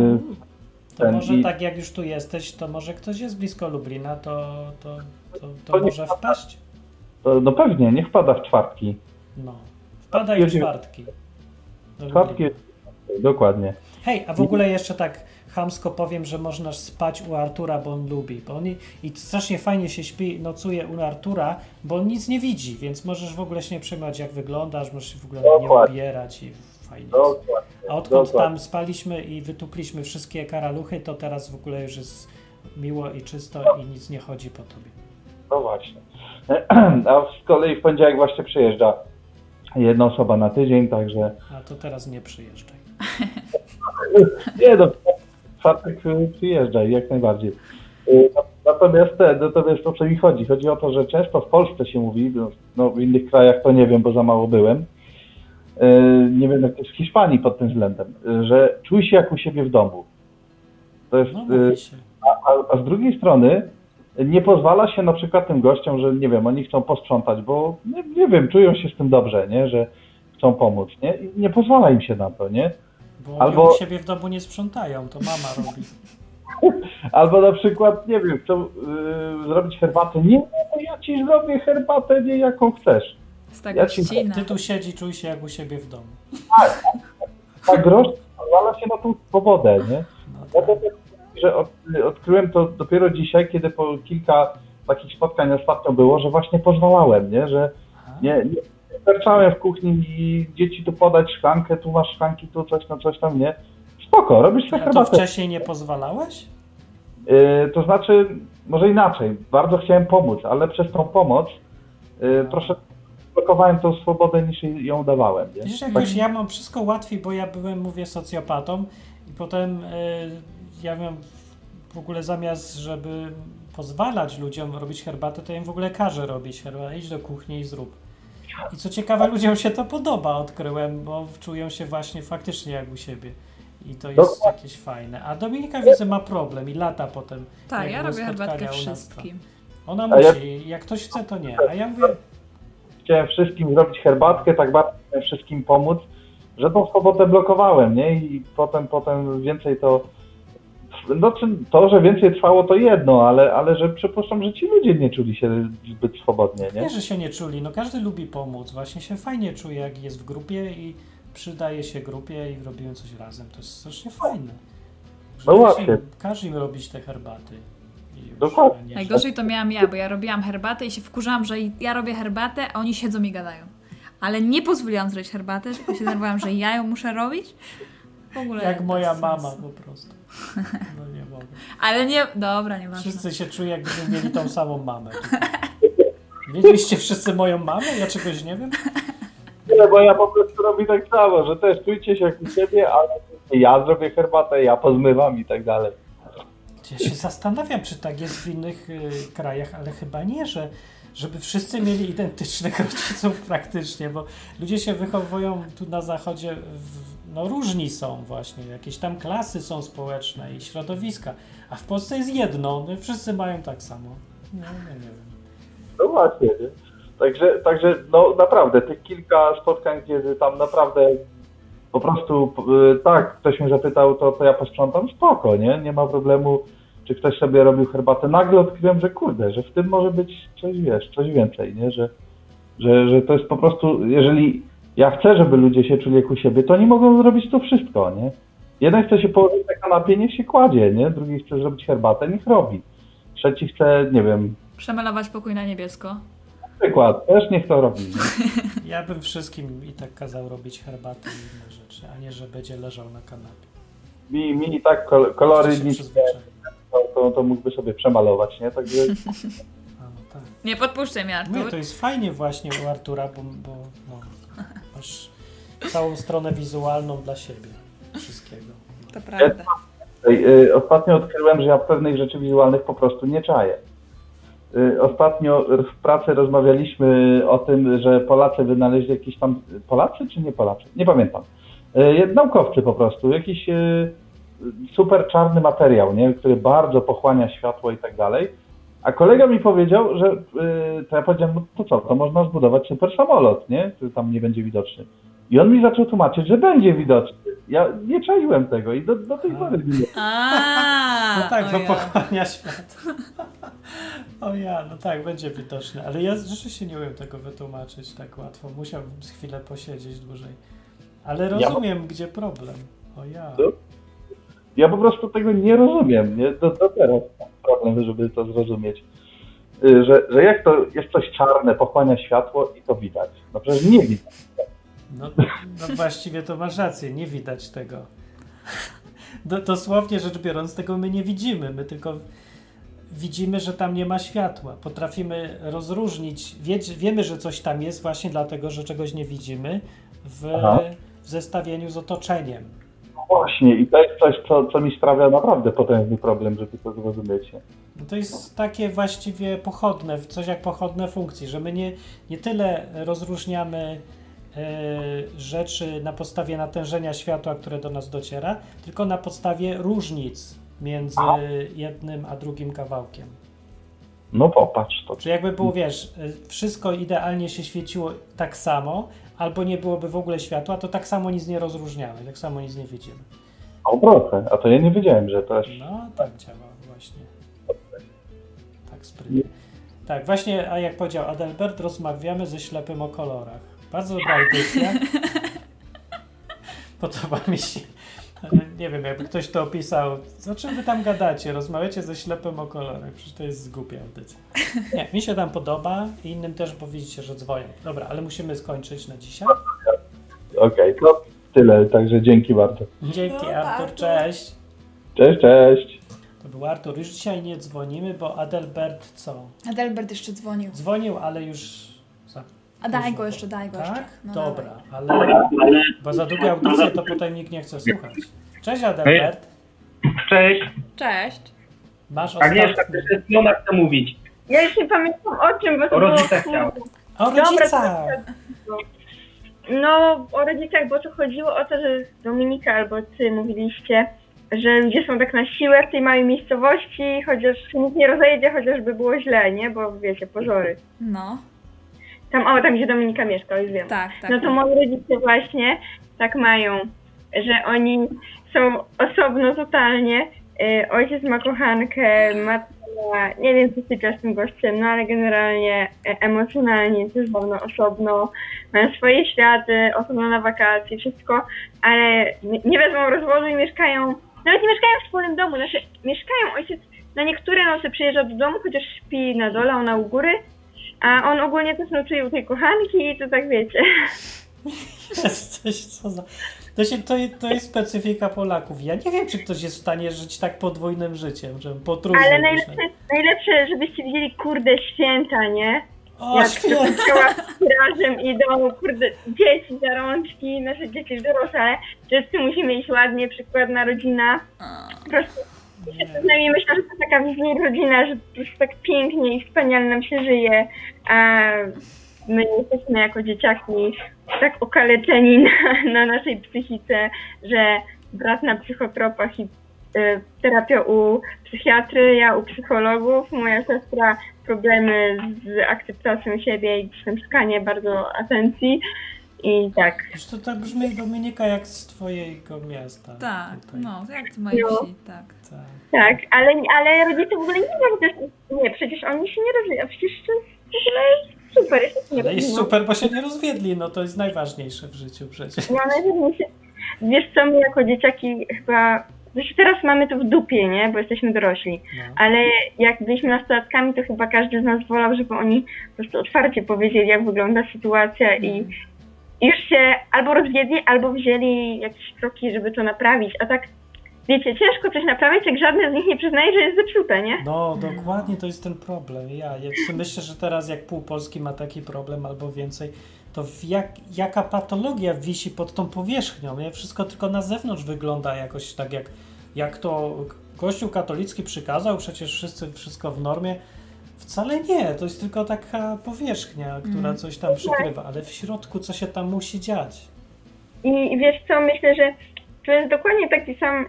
to może i... tak jak już tu jesteś, to może ktoś jest blisko Lublina, to, to, to, to, to może wpada, wpaść? To, no pewnie, nie wpada w czwartki. No, wpada i w czwartki. Czwartki, dokładnie. Hej, a w ogóle jeszcze tak chamsko powiem, że można spać u Artura, bo on lubi. Bo on i, i strasznie fajnie się śpi, nocuje u Artura, bo on nic nie widzi, więc możesz w ogóle się nie przejmować, jak wyglądasz, możesz się w ogóle dokładnie nie ubierać i fajnie. A odkąd dokładnie. Tam spaliśmy i wytukliśmy wszystkie karaluchy, to teraz w ogóle już jest miło i czysto no. i nic nie chodzi po tobie. No właśnie. A z kolei w poniedziałek właśnie przyjeżdża jedna osoba na tydzień, także... A to teraz nie przyjeżdżaj. Nie no, czwartek y, przyjeżdżaj, jak najbardziej. Y, Natomiast te, no to wiesz, o co mi chodzi. Chodzi o to, że często w Polsce się mówi, no, no w innych krajach to nie wiem, bo za mało byłem. Y, nie wiem, jak to jest w Hiszpanii pod tym względem, y, że czuj się jak u siebie w domu. To jest, No, y, mówi się. a, a z drugiej strony nie pozwala się na przykład tym gościom, że nie wiem, oni chcą posprzątać, bo nie, nie wiem, czują się z tym dobrze, nie, że chcą pomóc, nie? I nie pozwala im się na to, nie? Bo Albo- oni u siebie w domu nie sprzątają, to mama robi. Albo na przykład, nie wiem, chcą yy, zrobić herbatę. Nie, no ja ci zrobię herbatę, nie jaką chcesz. Z tego Ja ci- ścina. Ty tu siedzi, czuj się jak u siebie w domu. A grosz pozwala się na tą swobodę, nie? No Ja tak. to, że od, odkryłem to dopiero dzisiaj, kiedy po kilka takich spotkań ostatnio było, że właśnie pozwalałem, nie? Że Aha. nie, nie starczałem w kuchni i dzieci tu podać szklankę, tu masz szklanki, tu coś tam, coś tam, nie? Spoko, robisz sobie A to herbatę. wcześniej nie pozwalałeś? Yy, to znaczy, może inaczej, bardzo chciałem pomóc, ale przez tą pomoc yy, troszkę blokowałem tą swobodę niż ją dawałem. Nie? Wiesz, jakoś ja mam wszystko łatwiej, bo ja byłem, mówię, socjopatą i potem y, ja miałem w ogóle zamiast, żeby pozwalać ludziom robić herbatę, to ja im w ogóle każę robić herbatę. Idź do kuchni i zrób. I co ciekawe, ludziom się to podoba, odkryłem, bo czują się właśnie faktycznie jak u siebie. I to jest Dokładnie. jakieś fajne. A Dominika, widzę, ma problem i lata potem. Tak, jak ja były robię herbatkę spotkania u nas, to wszystkim. Ona A ja- musi, jak ktoś chce, to nie. A ja mówię, Chciałem wszystkim zrobić herbatkę, tak bardzo chciałem wszystkim pomóc, że tą swobodę blokowałem, nie? I potem, potem więcej to... No, czy to, że więcej trwało, to jedno, ale, ale że przypuszczam, że ci ludzie nie czuli się zbyt swobodnie, nie? nie, że się nie czuli. No każdy lubi pomóc. Właśnie się fajnie czuje, jak jest w grupie i przydaje się grupie i robimy coś razem. To jest strasznie fajne. Że No właśnie właśnie. Każ im robić te herbaty. I już, Dokładnie. a nie, że- Najgorzej to miałam ja, bo ja robiłam herbatę i się wkurzałam, że ja robię herbatę, a oni siedzą i gadają. Ale nie pozwoliłam zrobić herbatę, tylko się denerwowałam, że ja ją muszę robić. W ogóle Jak bez moja sensu. mama po prostu. No nie mogę. Ale nie, dobra, nieważne. Wszyscy się czują, jakbyśmy mieli tą samą mamę. Mieliście wszyscy moją mamę? Ja czegoś nie wiem? Nie, bo ja po prostu robię tak samo, że też czujcie się jak u siebie, ale ja zrobię herbatę, ja pozmywam i tak dalej. Ja się zastanawiam, czy tak jest w innych y, krajach, ale chyba nie, że żeby wszyscy mieli identycznych rodziców praktycznie, bo ludzie się wychowują tu na zachodzie, w, no różni są właśnie, jakieś tam klasy są społeczne i środowiska, a w Polsce jest jedno, no, wszyscy mają tak samo. No, nie, nie wiem. No właśnie, nie? Także, także no naprawdę, tych kilka spotkań, kiedy tam naprawdę po prostu, y, tak, ktoś mnie zapytał, to, to ja posprzątam, spoko, nie? Nie ma problemu, czy ktoś sobie robił herbatę. Nagle odkryłem, że kurde, że w tym może być coś, wiesz, coś więcej, nie? Że, że, że to jest po prostu, jeżeli ja chcę, żeby ludzie się czuli jak u siebie, to oni mogą zrobić to wszystko, nie? Jeden chce się położyć na kanapie, niech się kładzie, nie? Drugi chce zrobić herbatę, niech robi. Trzeci chce, nie wiem, Przemalować pokój na niebiesko. przykład, też niech to robi. Nie? Ja bym wszystkim i tak kazał robić herbatę i inne rzeczy, a nie, że będzie leżał na kanapie. Mi, mi i tak kol- kolory Jeszcze się nic przyzwyczai. to, to, to mógłby sobie przemalować, nie? Także A, no tak. Nie podpuszczaj mnie, Mówię, Artur. to jest fajnie właśnie u Artura, bo, bo no, masz całą stronę wizualną dla siebie. Wszystkiego. To prawda. Ej, y, ostatnio odkryłem, że ja pewnych rzeczy wizualnych po prostu nie czaję. Y, Ostatnio w pracy rozmawialiśmy o tym, że Polacy wynaleźli jakiś tam... Polacy czy nie Polacy? Nie pamiętam. Y, Naukowcy po prostu. Jakiś y, super czarny materiał, nie? Który bardzo pochłania światło i tak dalej. A kolega mi powiedział, że... y, To ja powiedziałem, no to co, to można zbudować super samolot, nie? Który tam nie będzie widoczny. I on mi zaczął tłumaczyć, że będzie widoczny. Ja nie czaiłem tego i do, do tej A. pory nie. A, No tak, o bo ja. pochłania świat. O ja, no tak, będzie widoczny. Ale ja rzeczywiście nie umiem tego wytłumaczyć tak łatwo. Musiałbym z chwilę posiedzieć dłużej. Ale rozumiem, gdzie problem. O ja. No. Ja po prostu tego nie rozumiem, nie? Do, do teraz mam problem, żeby to zrozumieć. Y, Że, że jak to jest coś czarne, pochłania światło i to widać. No przecież nie widać. No, no właściwie to masz rację, nie widać tego. Do, dosłownie rzecz biorąc, tego my nie widzimy. My tylko widzimy, że tam nie ma światła. Potrafimy rozróżnić, wie, wiemy, że coś tam jest właśnie dlatego, że czegoś nie widzimy w, Aha. w zestawieniu z otoczeniem. właśnie, i to jest coś, co, co mi sprawia naprawdę potężny problem, żeby to zrozumieć. No to jest takie właściwie pochodne, coś jak pochodne funkcji, że my nie, nie tyle rozróżniamy y, rzeczy na podstawie natężenia światła, które do nas dociera, tylko na podstawie różnic między jednym a drugim kawałkiem. No popatrz to. Czy jakby było, wiesz, wszystko idealnie się świeciło tak samo, albo nie byłoby w ogóle światła, to tak samo nic nie rozróżniamy, tak samo nic nie widzimy. O proszę, a to ja nie wiedziałem, że to jest... No, tak działa właśnie. Tak sprytnie. Tak, właśnie, a jak powiedział Adalbert, rozmawiamy ze ślepym o kolorach. Bardzo dobra audycja. Podoba mi się. Nie wiem, jakby ktoś to opisał. O czym wy tam gadacie? Rozmawiacie ze ślepym o kolorach. Przecież to jest głupia audycja. Nie, mi się tam podoba i innym też, bo widzicie, że dzwonią. Dobra, ale musimy skończyć na dzisiaj. Okej, okay, to tyle, także dzięki bardzo. Dzięki, No, Artur, bardzo. cześć. Cześć, cześć. To był Artur. Już dzisiaj nie dzwonimy, bo Adelbert co? Adelbert jeszcze dzwonił. Dzwonił, ale już... Za... A daj go jeszcze, daj go Tak? jeszcze. No, Dobra, dawaj. ale... Bo za długie audycje to potem nikt nie chce słuchać. Cześć, Adelbert. Cześć. Cześć. Masz Agnieszka, ostatni... też jest Mona chce mówić. Ja już nie pamiętam o czym, bo to O było... rodzicach chciał. O rodzicach! No, o rodzicach, bo to chodziło o to, że Dominika albo ty mówiliście, że ludzie są tak na siłę w tej małej miejscowości, chociaż nikt nie rozjedzie, chociażby było źle, nie? Bo wiecie, pożory. No, Tam, o, tam gdzie Dominika mieszka, już wiem. tak, tak. No to moi rodzice właśnie tak mają, że oni są osobno totalnie. Yy, ojciec ma kochankę, matka, nie wiem co sypia z tym gościem, no ale generalnie e, emocjonalnie też dawno osobno. Mają swoje światy, osobno na wakacje, wszystko, ale nie, nie wezmą rozwodu i mieszkają, nawet nie mieszkają w wspólnym domu, znaczy mieszkają, ojciec na niektóre noce przyjeżdża do domu, chociaż śpi na dole, ona u góry, a on ogólnie też nocuje u tej kochanki i to tak wiecie. Coś, co za... To, się, to, to jest specyfika Polaków. Ja nie wiem, czy ktoś jest w stanie żyć tak podwójnym życiem, że potrójnym. Ale najlepsze, najlepsze, żebyście widzieli, kurde, święta, nie? O, Jak święta! razem idą, kurde, dzieci za rączki, nasze dzieci już dorosłe, ale wszyscy musimy iść ładnie, przykładna rodzina. Po prostu przynajmniej myślę, że to taka wzór rodzina, że po prostu tak pięknie i wspaniale nam się żyje, a my jesteśmy jako dzieciaki tak okaleczeni na, na naszej psychice, że brat na psychotropach i y, terapia u psychiatry, ja u psychologów, moja siostra problemy z akceptacją siebie i szukanie bardzo atencji i tak. Już to tak brzmi, Dominika, jak z twojego miasta. Tak, tutaj. no, jak z mojej No. wsi, tak. Tak. Tak, ale, ale rodzice w ogóle nie wiedzą, że to jest, nie, przecież oni się nie rozwijają, przecież to jest w ogóle super. Jest nie Ale jest no. super, bo się nie rozwiedli, no to jest najważniejsze w życiu przecież. No, najważniejsze. Wiesz co, my jako dzieciaki chyba, znaczy teraz mamy to w dupie, nie, bo jesteśmy dorośli, No. ale jak byliśmy nastolatkami, to chyba każdy z nas wolał, żeby oni po prostu otwarcie powiedzieli, jak wygląda sytuacja i Mm. już się albo rozwiedli, albo wzięli jakieś kroki, żeby to naprawić, a tak, wiecie, ciężko coś naprawić, jak żadne z nich nie przyznaje, że jest zepsute, nie? No, dokładnie to jest ten problem. Ja, ja sobie myślę, że teraz jak pół Polski ma taki problem albo więcej, to w jak, jaka patologia wisi pod tą powierzchnią, nie? Wszystko tylko na zewnątrz wygląda jakoś tak, jak, jak to Kościół katolicki przykazał, przecież wszyscy wszystko w normie. Wcale nie, to jest tylko taka powierzchnia, która coś tam przykrywa, ale w środku co się tam musi dziać? I wiesz co, myślę, że to jest dokładnie taki sam,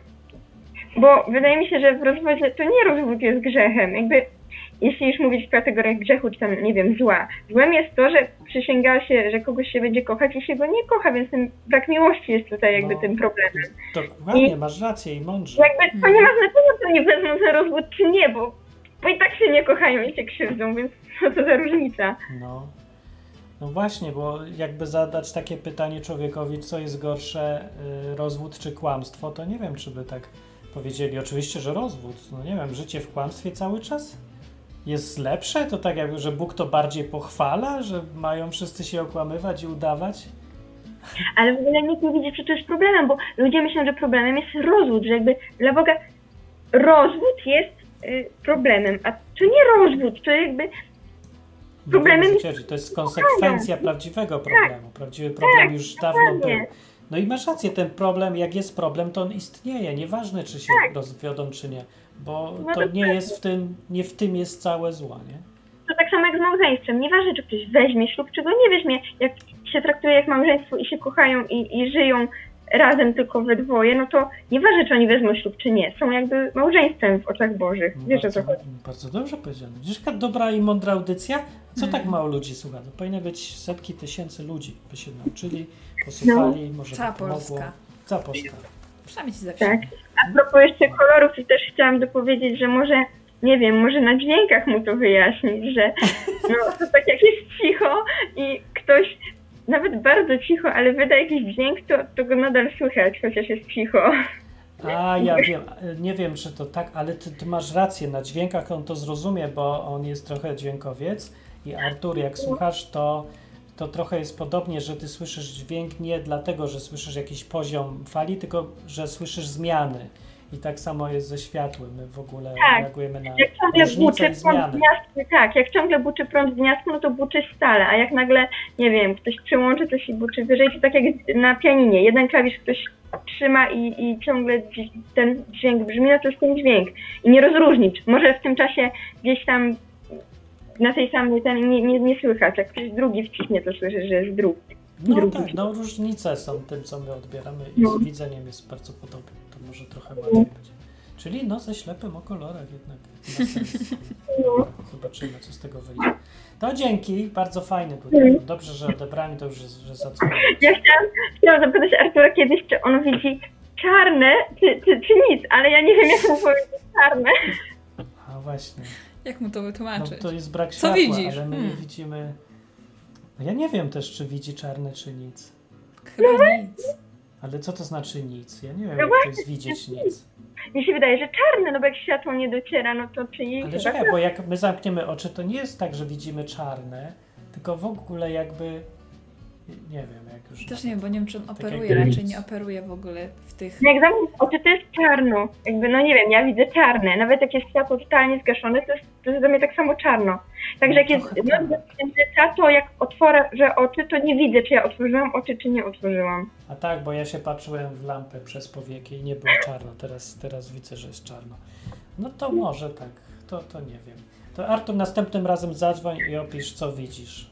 bo wydaje mi się, że w rozwodzie to nie rozwód jest grzechem, jakby jeśli już mówić w kategoriach grzechu, czy tam, nie wiem, zła. Złem jest to, że przysięga się, że kogoś się będzie kochać i się go nie kocha, więc ten brak miłości jest tutaj jakby No. tym problemem. Dokładnie, I- masz rację i mądrze. Jakby to nie ma znaczenia, czy oni wezmą za rozwód, czy nie, bo, bo i tak się nie kochają i się krzywdzą, więc co to za różnica? No. No właśnie, bo jakby zadać takie pytanie człowiekowi, co jest gorsze, y, rozwód czy kłamstwo, to nie wiem, czy by tak powiedzieli. Oczywiście, że rozwód. No nie wiem, życie w kłamstwie cały czas jest lepsze? To tak jakby, że Bóg to bardziej pochwala, że mają wszyscy się okłamywać i udawać? Ale w ogóle nikt nie widzi, co to jest problemem, bo ludzie myślą, że problemem jest rozwód, że jakby dla Boga rozwód jest y, problemem, a to nie rozwód, to jakby problemem No, to jest konsekwencja prawdziwego problemu. Prawdziwy problem już dawno był. No i masz rację, ten problem, jak jest problem, to on istnieje, nieważne czy się Tak. rozwiodą, czy nie, bo No to dokładnie. nie jest w tym, nie w tym jest całe zło, nie? To tak samo jak z małżeństwem. Nieważne, czy ktoś weźmie ślub, czy go nie weźmie. Jak się traktuje jak małżeństwo i się kochają i, i żyją razem tylko we dwoje, no to nieważne, czy oni wezmą ślub, czy nie. Są jakby małżeństwem w oczach Bożych. Wiesz o co bardzo, chodzi? bardzo dobrze powiedziane. Widzisz, jaka dobra i mądra audycja? Co Mhm. tak mało ludzi słucha? To powinno być setki tysięcy ludzi, by się nauczyli, posłuchali, może Cała by pomogło. Polska. Cała Polska. Przynajmniej ci zawsze. Tak. A propos jeszcze kolorów, to też chciałam dopowiedzieć, że może, nie wiem, może na dźwiękach mu to wyjaśnić, że no to tak jak jest cicho i ktoś nawet bardzo cicho, ale wyda jakiś dźwięk, to, to go nadal słychać, chociaż jest cicho. A ja wiem, nie wiem czy to tak, ale ty, ty masz rację, na dźwiękach on to zrozumie, bo on jest trochę dźwiękowiec i Artur, jak słuchasz, to, to trochę jest podobnie, że ty słyszysz dźwięk nie dlatego, że słyszysz jakiś poziom fali, tylko że słyszysz zmiany. I tak samo jest ze światłem, my w ogóle Tak. reagujemy na Jak ciągle różnice buczy i prąd zmiany. z gniazdku, tak, jak ciągle buczy prąd z gniazdku, no to buczy stale, a jak nagle, nie wiem, ktoś przyłączy coś i buczy wyżej, to tak jak na pianinie, jeden klawisz ktoś trzyma i, i ciągle dź- ten dźwięk brzmi, no to jest ten dźwięk i nie rozróżnić. Może w tym czasie gdzieś tam na tej samej ten nie, nie, nie słychać, jak ktoś drugi wciśnie, to słyszysz, że jest drugi. No drugi. tak, no różnice są tym, co my odbieramy i No. z widzeniem jest bardzo podobne, to może trochę łatwiej będzie. Czyli no ze ślepym o kolorach jednak ma sens. No. Zobaczymy, co z tego wyjdzie. To dzięki, bardzo fajny był. Dobrze, że odebrali, dobrze, że zadzwonili. Ja chciałam, chciałam zapytać Artura kiedyś, czy on widzi czarne, czy, czy, czy nic, ale ja nie wiem, jak mu powiedzieć czarne. A właśnie, Jak mu to no wytłumaczyć? to jest brak Co światła, widzisz? ale my nie Hmm. widzimy... No ja nie wiem też, czy widzi czarne, czy nic. Chyba nic. Ale co to znaczy nic? Ja nie wiem, No jak to jest widzieć nic. Mi się wydaje, że czarne, no bo jak światło nie dociera, no to czyli Ale chyba czekaj, bo jak my zamkniemy oczy, to nie jest tak, że widzimy czarne, tylko w ogóle jakby... Nie wiem, jak już... Też nie wiem, bo nie wiem, czy on Tak operuje, jakby raczej nic. nie operuje w ogóle w tych... jak zamknę oczy, to jest czarno. Jakby, no nie wiem, ja widzę czarne. Nawet jak jest światło totalnie zgaszone, to jest, to jest dla mnie tak samo czarno. Także jak jest Trochę noc tak. księżyca, to jak otworzę oczy, to nie widzę, czy ja otworzyłam oczy, czy nie otworzyłam. A tak, bo ja się patrzyłem w lampę przez powieki i nie było czarno. Teraz, teraz widzę, że jest czarno. No to może tak, to, to nie wiem. To Artur, następnym razem zadzwoń i opisz, co widzisz.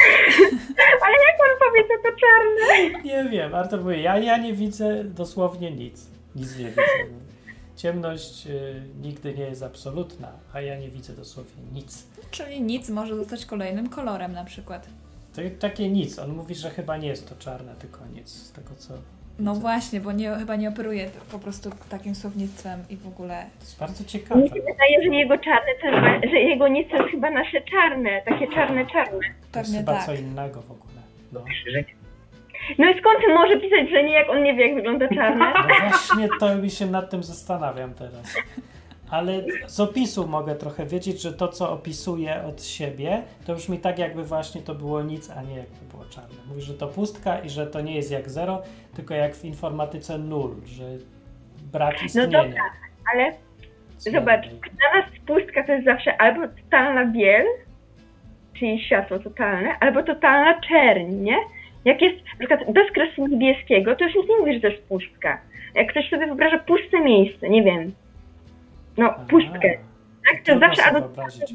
Ale jak on powie, co to czarne? Nie wiem, Artur mówi, ja, ja nie widzę dosłownie nic. Nic nie widzę. Ciemność y, nigdy nie jest absolutna, a ja nie widzę dosłownie nic. Czyli nic może zostać kolejnym kolorem na przykład. To takie nic. On mówi, że chyba nie jest to czarne, tylko nic z tego, co... No widzę. właśnie, bo nie, chyba nie operuje po prostu takim słownictwem i w ogóle... To jest bardzo ciekawe. Mi się wydaje, że jego czarne, to chyba, że jego nic to jest chyba nasze czarne, takie czarne, czarne. To jest Pewnie chyba tak. co innego w ogóle. No. No i skąd może pisać, że nie, jak on nie wie, jak wygląda czarne? No właśnie to mi się nad tym zastanawiam teraz. Ale z opisu mogę trochę wiedzieć, że to, co opisuję od siebie, to brzmi tak, jakby właśnie to było nic, a nie jakby było czarne. Mówi, że to pustka i że to nie jest jak zero, tylko jak w informatyce nul, że brak istnienia. dobra, Ale Zmiennej. zobacz, dla nas pustka to jest zawsze albo totalna biel, czyli światło totalne, albo totalna czerń, nie? Jak jest na przykład bez kresu niebieskiego, to już nic nie mówi, że to jest pustka. Jak ktoś sobie wyobraża puste miejsce, nie wiem, no Aha. pustkę, tak? To Trudno zawsze sobie albo wyobrazić.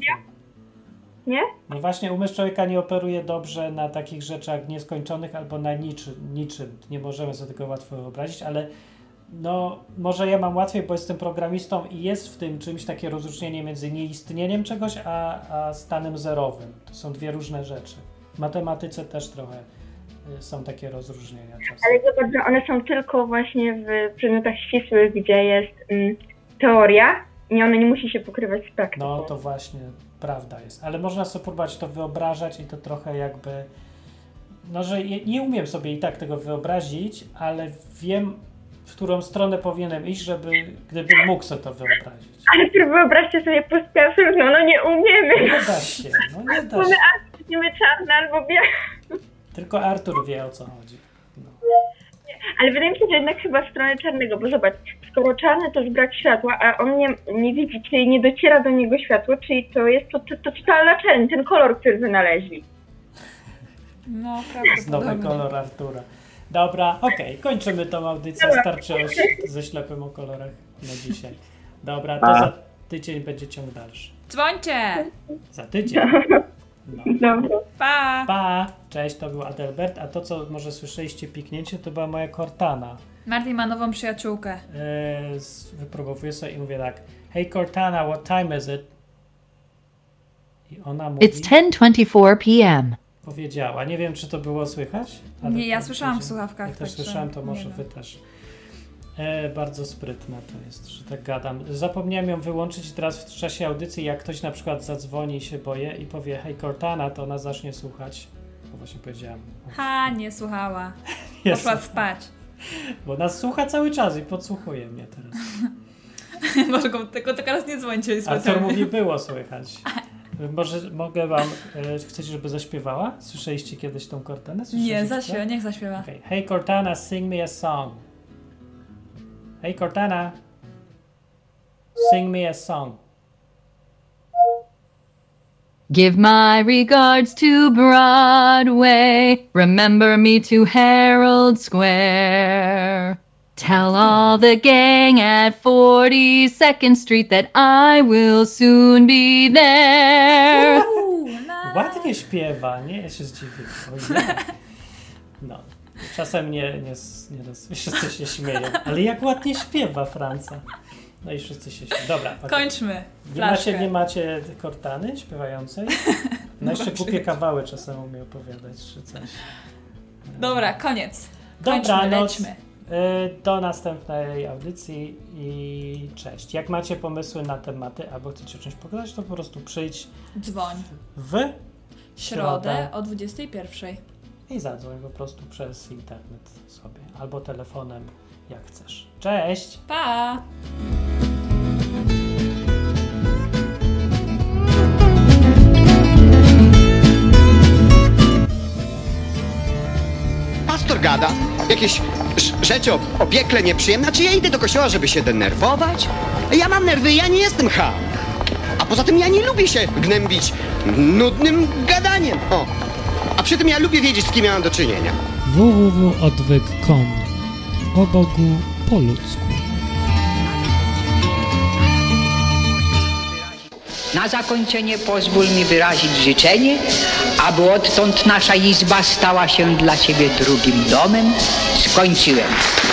nie? No właśnie umysł człowieka nie operuje dobrze na takich rzeczach nieskończonych albo na niczy, niczym. Nie możemy sobie tego łatwo wyobrazić, ale no może ja mam łatwiej, bo jestem programistą i jest w tym czymś takie rozróżnienie między nieistnieniem czegoś, a, a stanem zerowym. To są dwie różne rzeczy. W matematyce też trochę y, są takie rozróżnienia czasem. Ale zobacz, że one są tylko właśnie w przedmiotach ścisłych, gdzie jest mm, teoria i one nie musi się pokrywać z praktyką. No to właśnie prawda jest. Ale można sobie próbować to wyobrażać i to trochę jakby... No, że je, nie umiem sobie i tak tego wyobrazić, ale wiem, w którą stronę powinienem iść, żeby, gdybym mógł sobie to wyobrazić. Ale wyobraźcie sobie pustkę absolutną, no nie umiemy. Nie da się, no nie da Mamy się. albo widzimy czarne albo białe. Tylko Artur wie, o co chodzi. No. Ale wydaje mi się, że jednak chyba w stronę czarnego, bo zobacz, skoro czarny to jest brak światła, a on nie, nie widzi, czyli nie dociera do niego światło, czyli to jest to, to, to totalna czerń, ten kolor, który wynaleźli. No, Nowy prawdopodobnie. kolor Artura. Dobra, okej, okay, kończymy tą audycję. Starczy już ze ślepym o kolorach na dzisiaj. Dobra, to za tydzień będzie ciąg dalszy. Dzwońcie! Za tydzień. No. Dobra. Pa! Pa! Cześć, to był Adelbert, a to, co może słyszeliście piknięcie, to była moja Cortana. Martin ma nową przyjaciółkę. Yy, wypróbowuję sobie i mówię tak: Hey Cortana, what time is it? I ona mówi... It's ten twenty-four p m Powiedziała. Nie wiem, czy to było słychać? Ale Nie, ja to słyszałam w będzie- słuchawkach. Ja też także słyszałem, to nie może wiem. wy też. E, bardzo sprytne to jest, że tak gadam. Zapomniałem ją wyłączyć teraz w czasie audycji, jak ktoś na przykład zadzwoni i się boję i powie Hej Cortana, to ona zacznie słuchać. To właśnie powiedziałem. Ha, nie słuchała. Jest, Poszła spać. bo nas słucha cały czas i podsłuchuje mnie teraz. Może go tylko teraz nie dzwońcie. jest Artur specjalnie. mówi, było słychać. Może mogę wam... E, chcecie, żeby zaśpiewała? Słyszeliście kiedyś tą Cortanę? Nie, zaśpiewa, niech zaśpiewa. Okay. Hey Cortana, sing me a song. Hey Cortana, sing me a song. Give my regards to Broadway. Remember me to Herald Square. Tell all the gang at forty-second Street that I will soon be there. Uuu, la. Ładnie śpiewa, nie? Ja się zdziwię. Ojej. No, czasem nie, nie, nie roz... wszyscy się śmieją. Ale jak ładnie śpiewa Franca. No i wszyscy się śmieją. Dobra, okay. Kończmy. Nie macie, Flaszkę. nie macie Cortany śpiewającej? No jeszcze głupie kawały czasem umie opowiadać, czy coś. Dobra, koniec. Dobra, Kończmy, no, lećmy. y, do następnej audycji i cześć. Jak macie pomysły na tematy albo chcecie o czymś pogadać, to po prostu przyjdź Dzwoń. w Środę Środę. o dwudziestej pierwszej. i zadzwoń po prostu przez internet sobie albo telefonem, jak chcesz. Cześć! Pa! Pastor gada jakieś ż- rzeczy o, o piekle nieprzyjemne. Czy ja idę do kościoła, żeby się denerwować? Ja mam nerwy, ja nie jestem ham. A poza tym ja nie lubię się gnębić nudnym gadaniem. O. A przy tym ja lubię wiedzieć, z kim ja mam do czynienia. w w w kropka odwyk kropka com. O Bogu po ludzku. Na zakończenie pozwól mi wyrazić życzenie, aby odtąd nasza izba stała się dla Ciebie drugim domem. Skończyłem.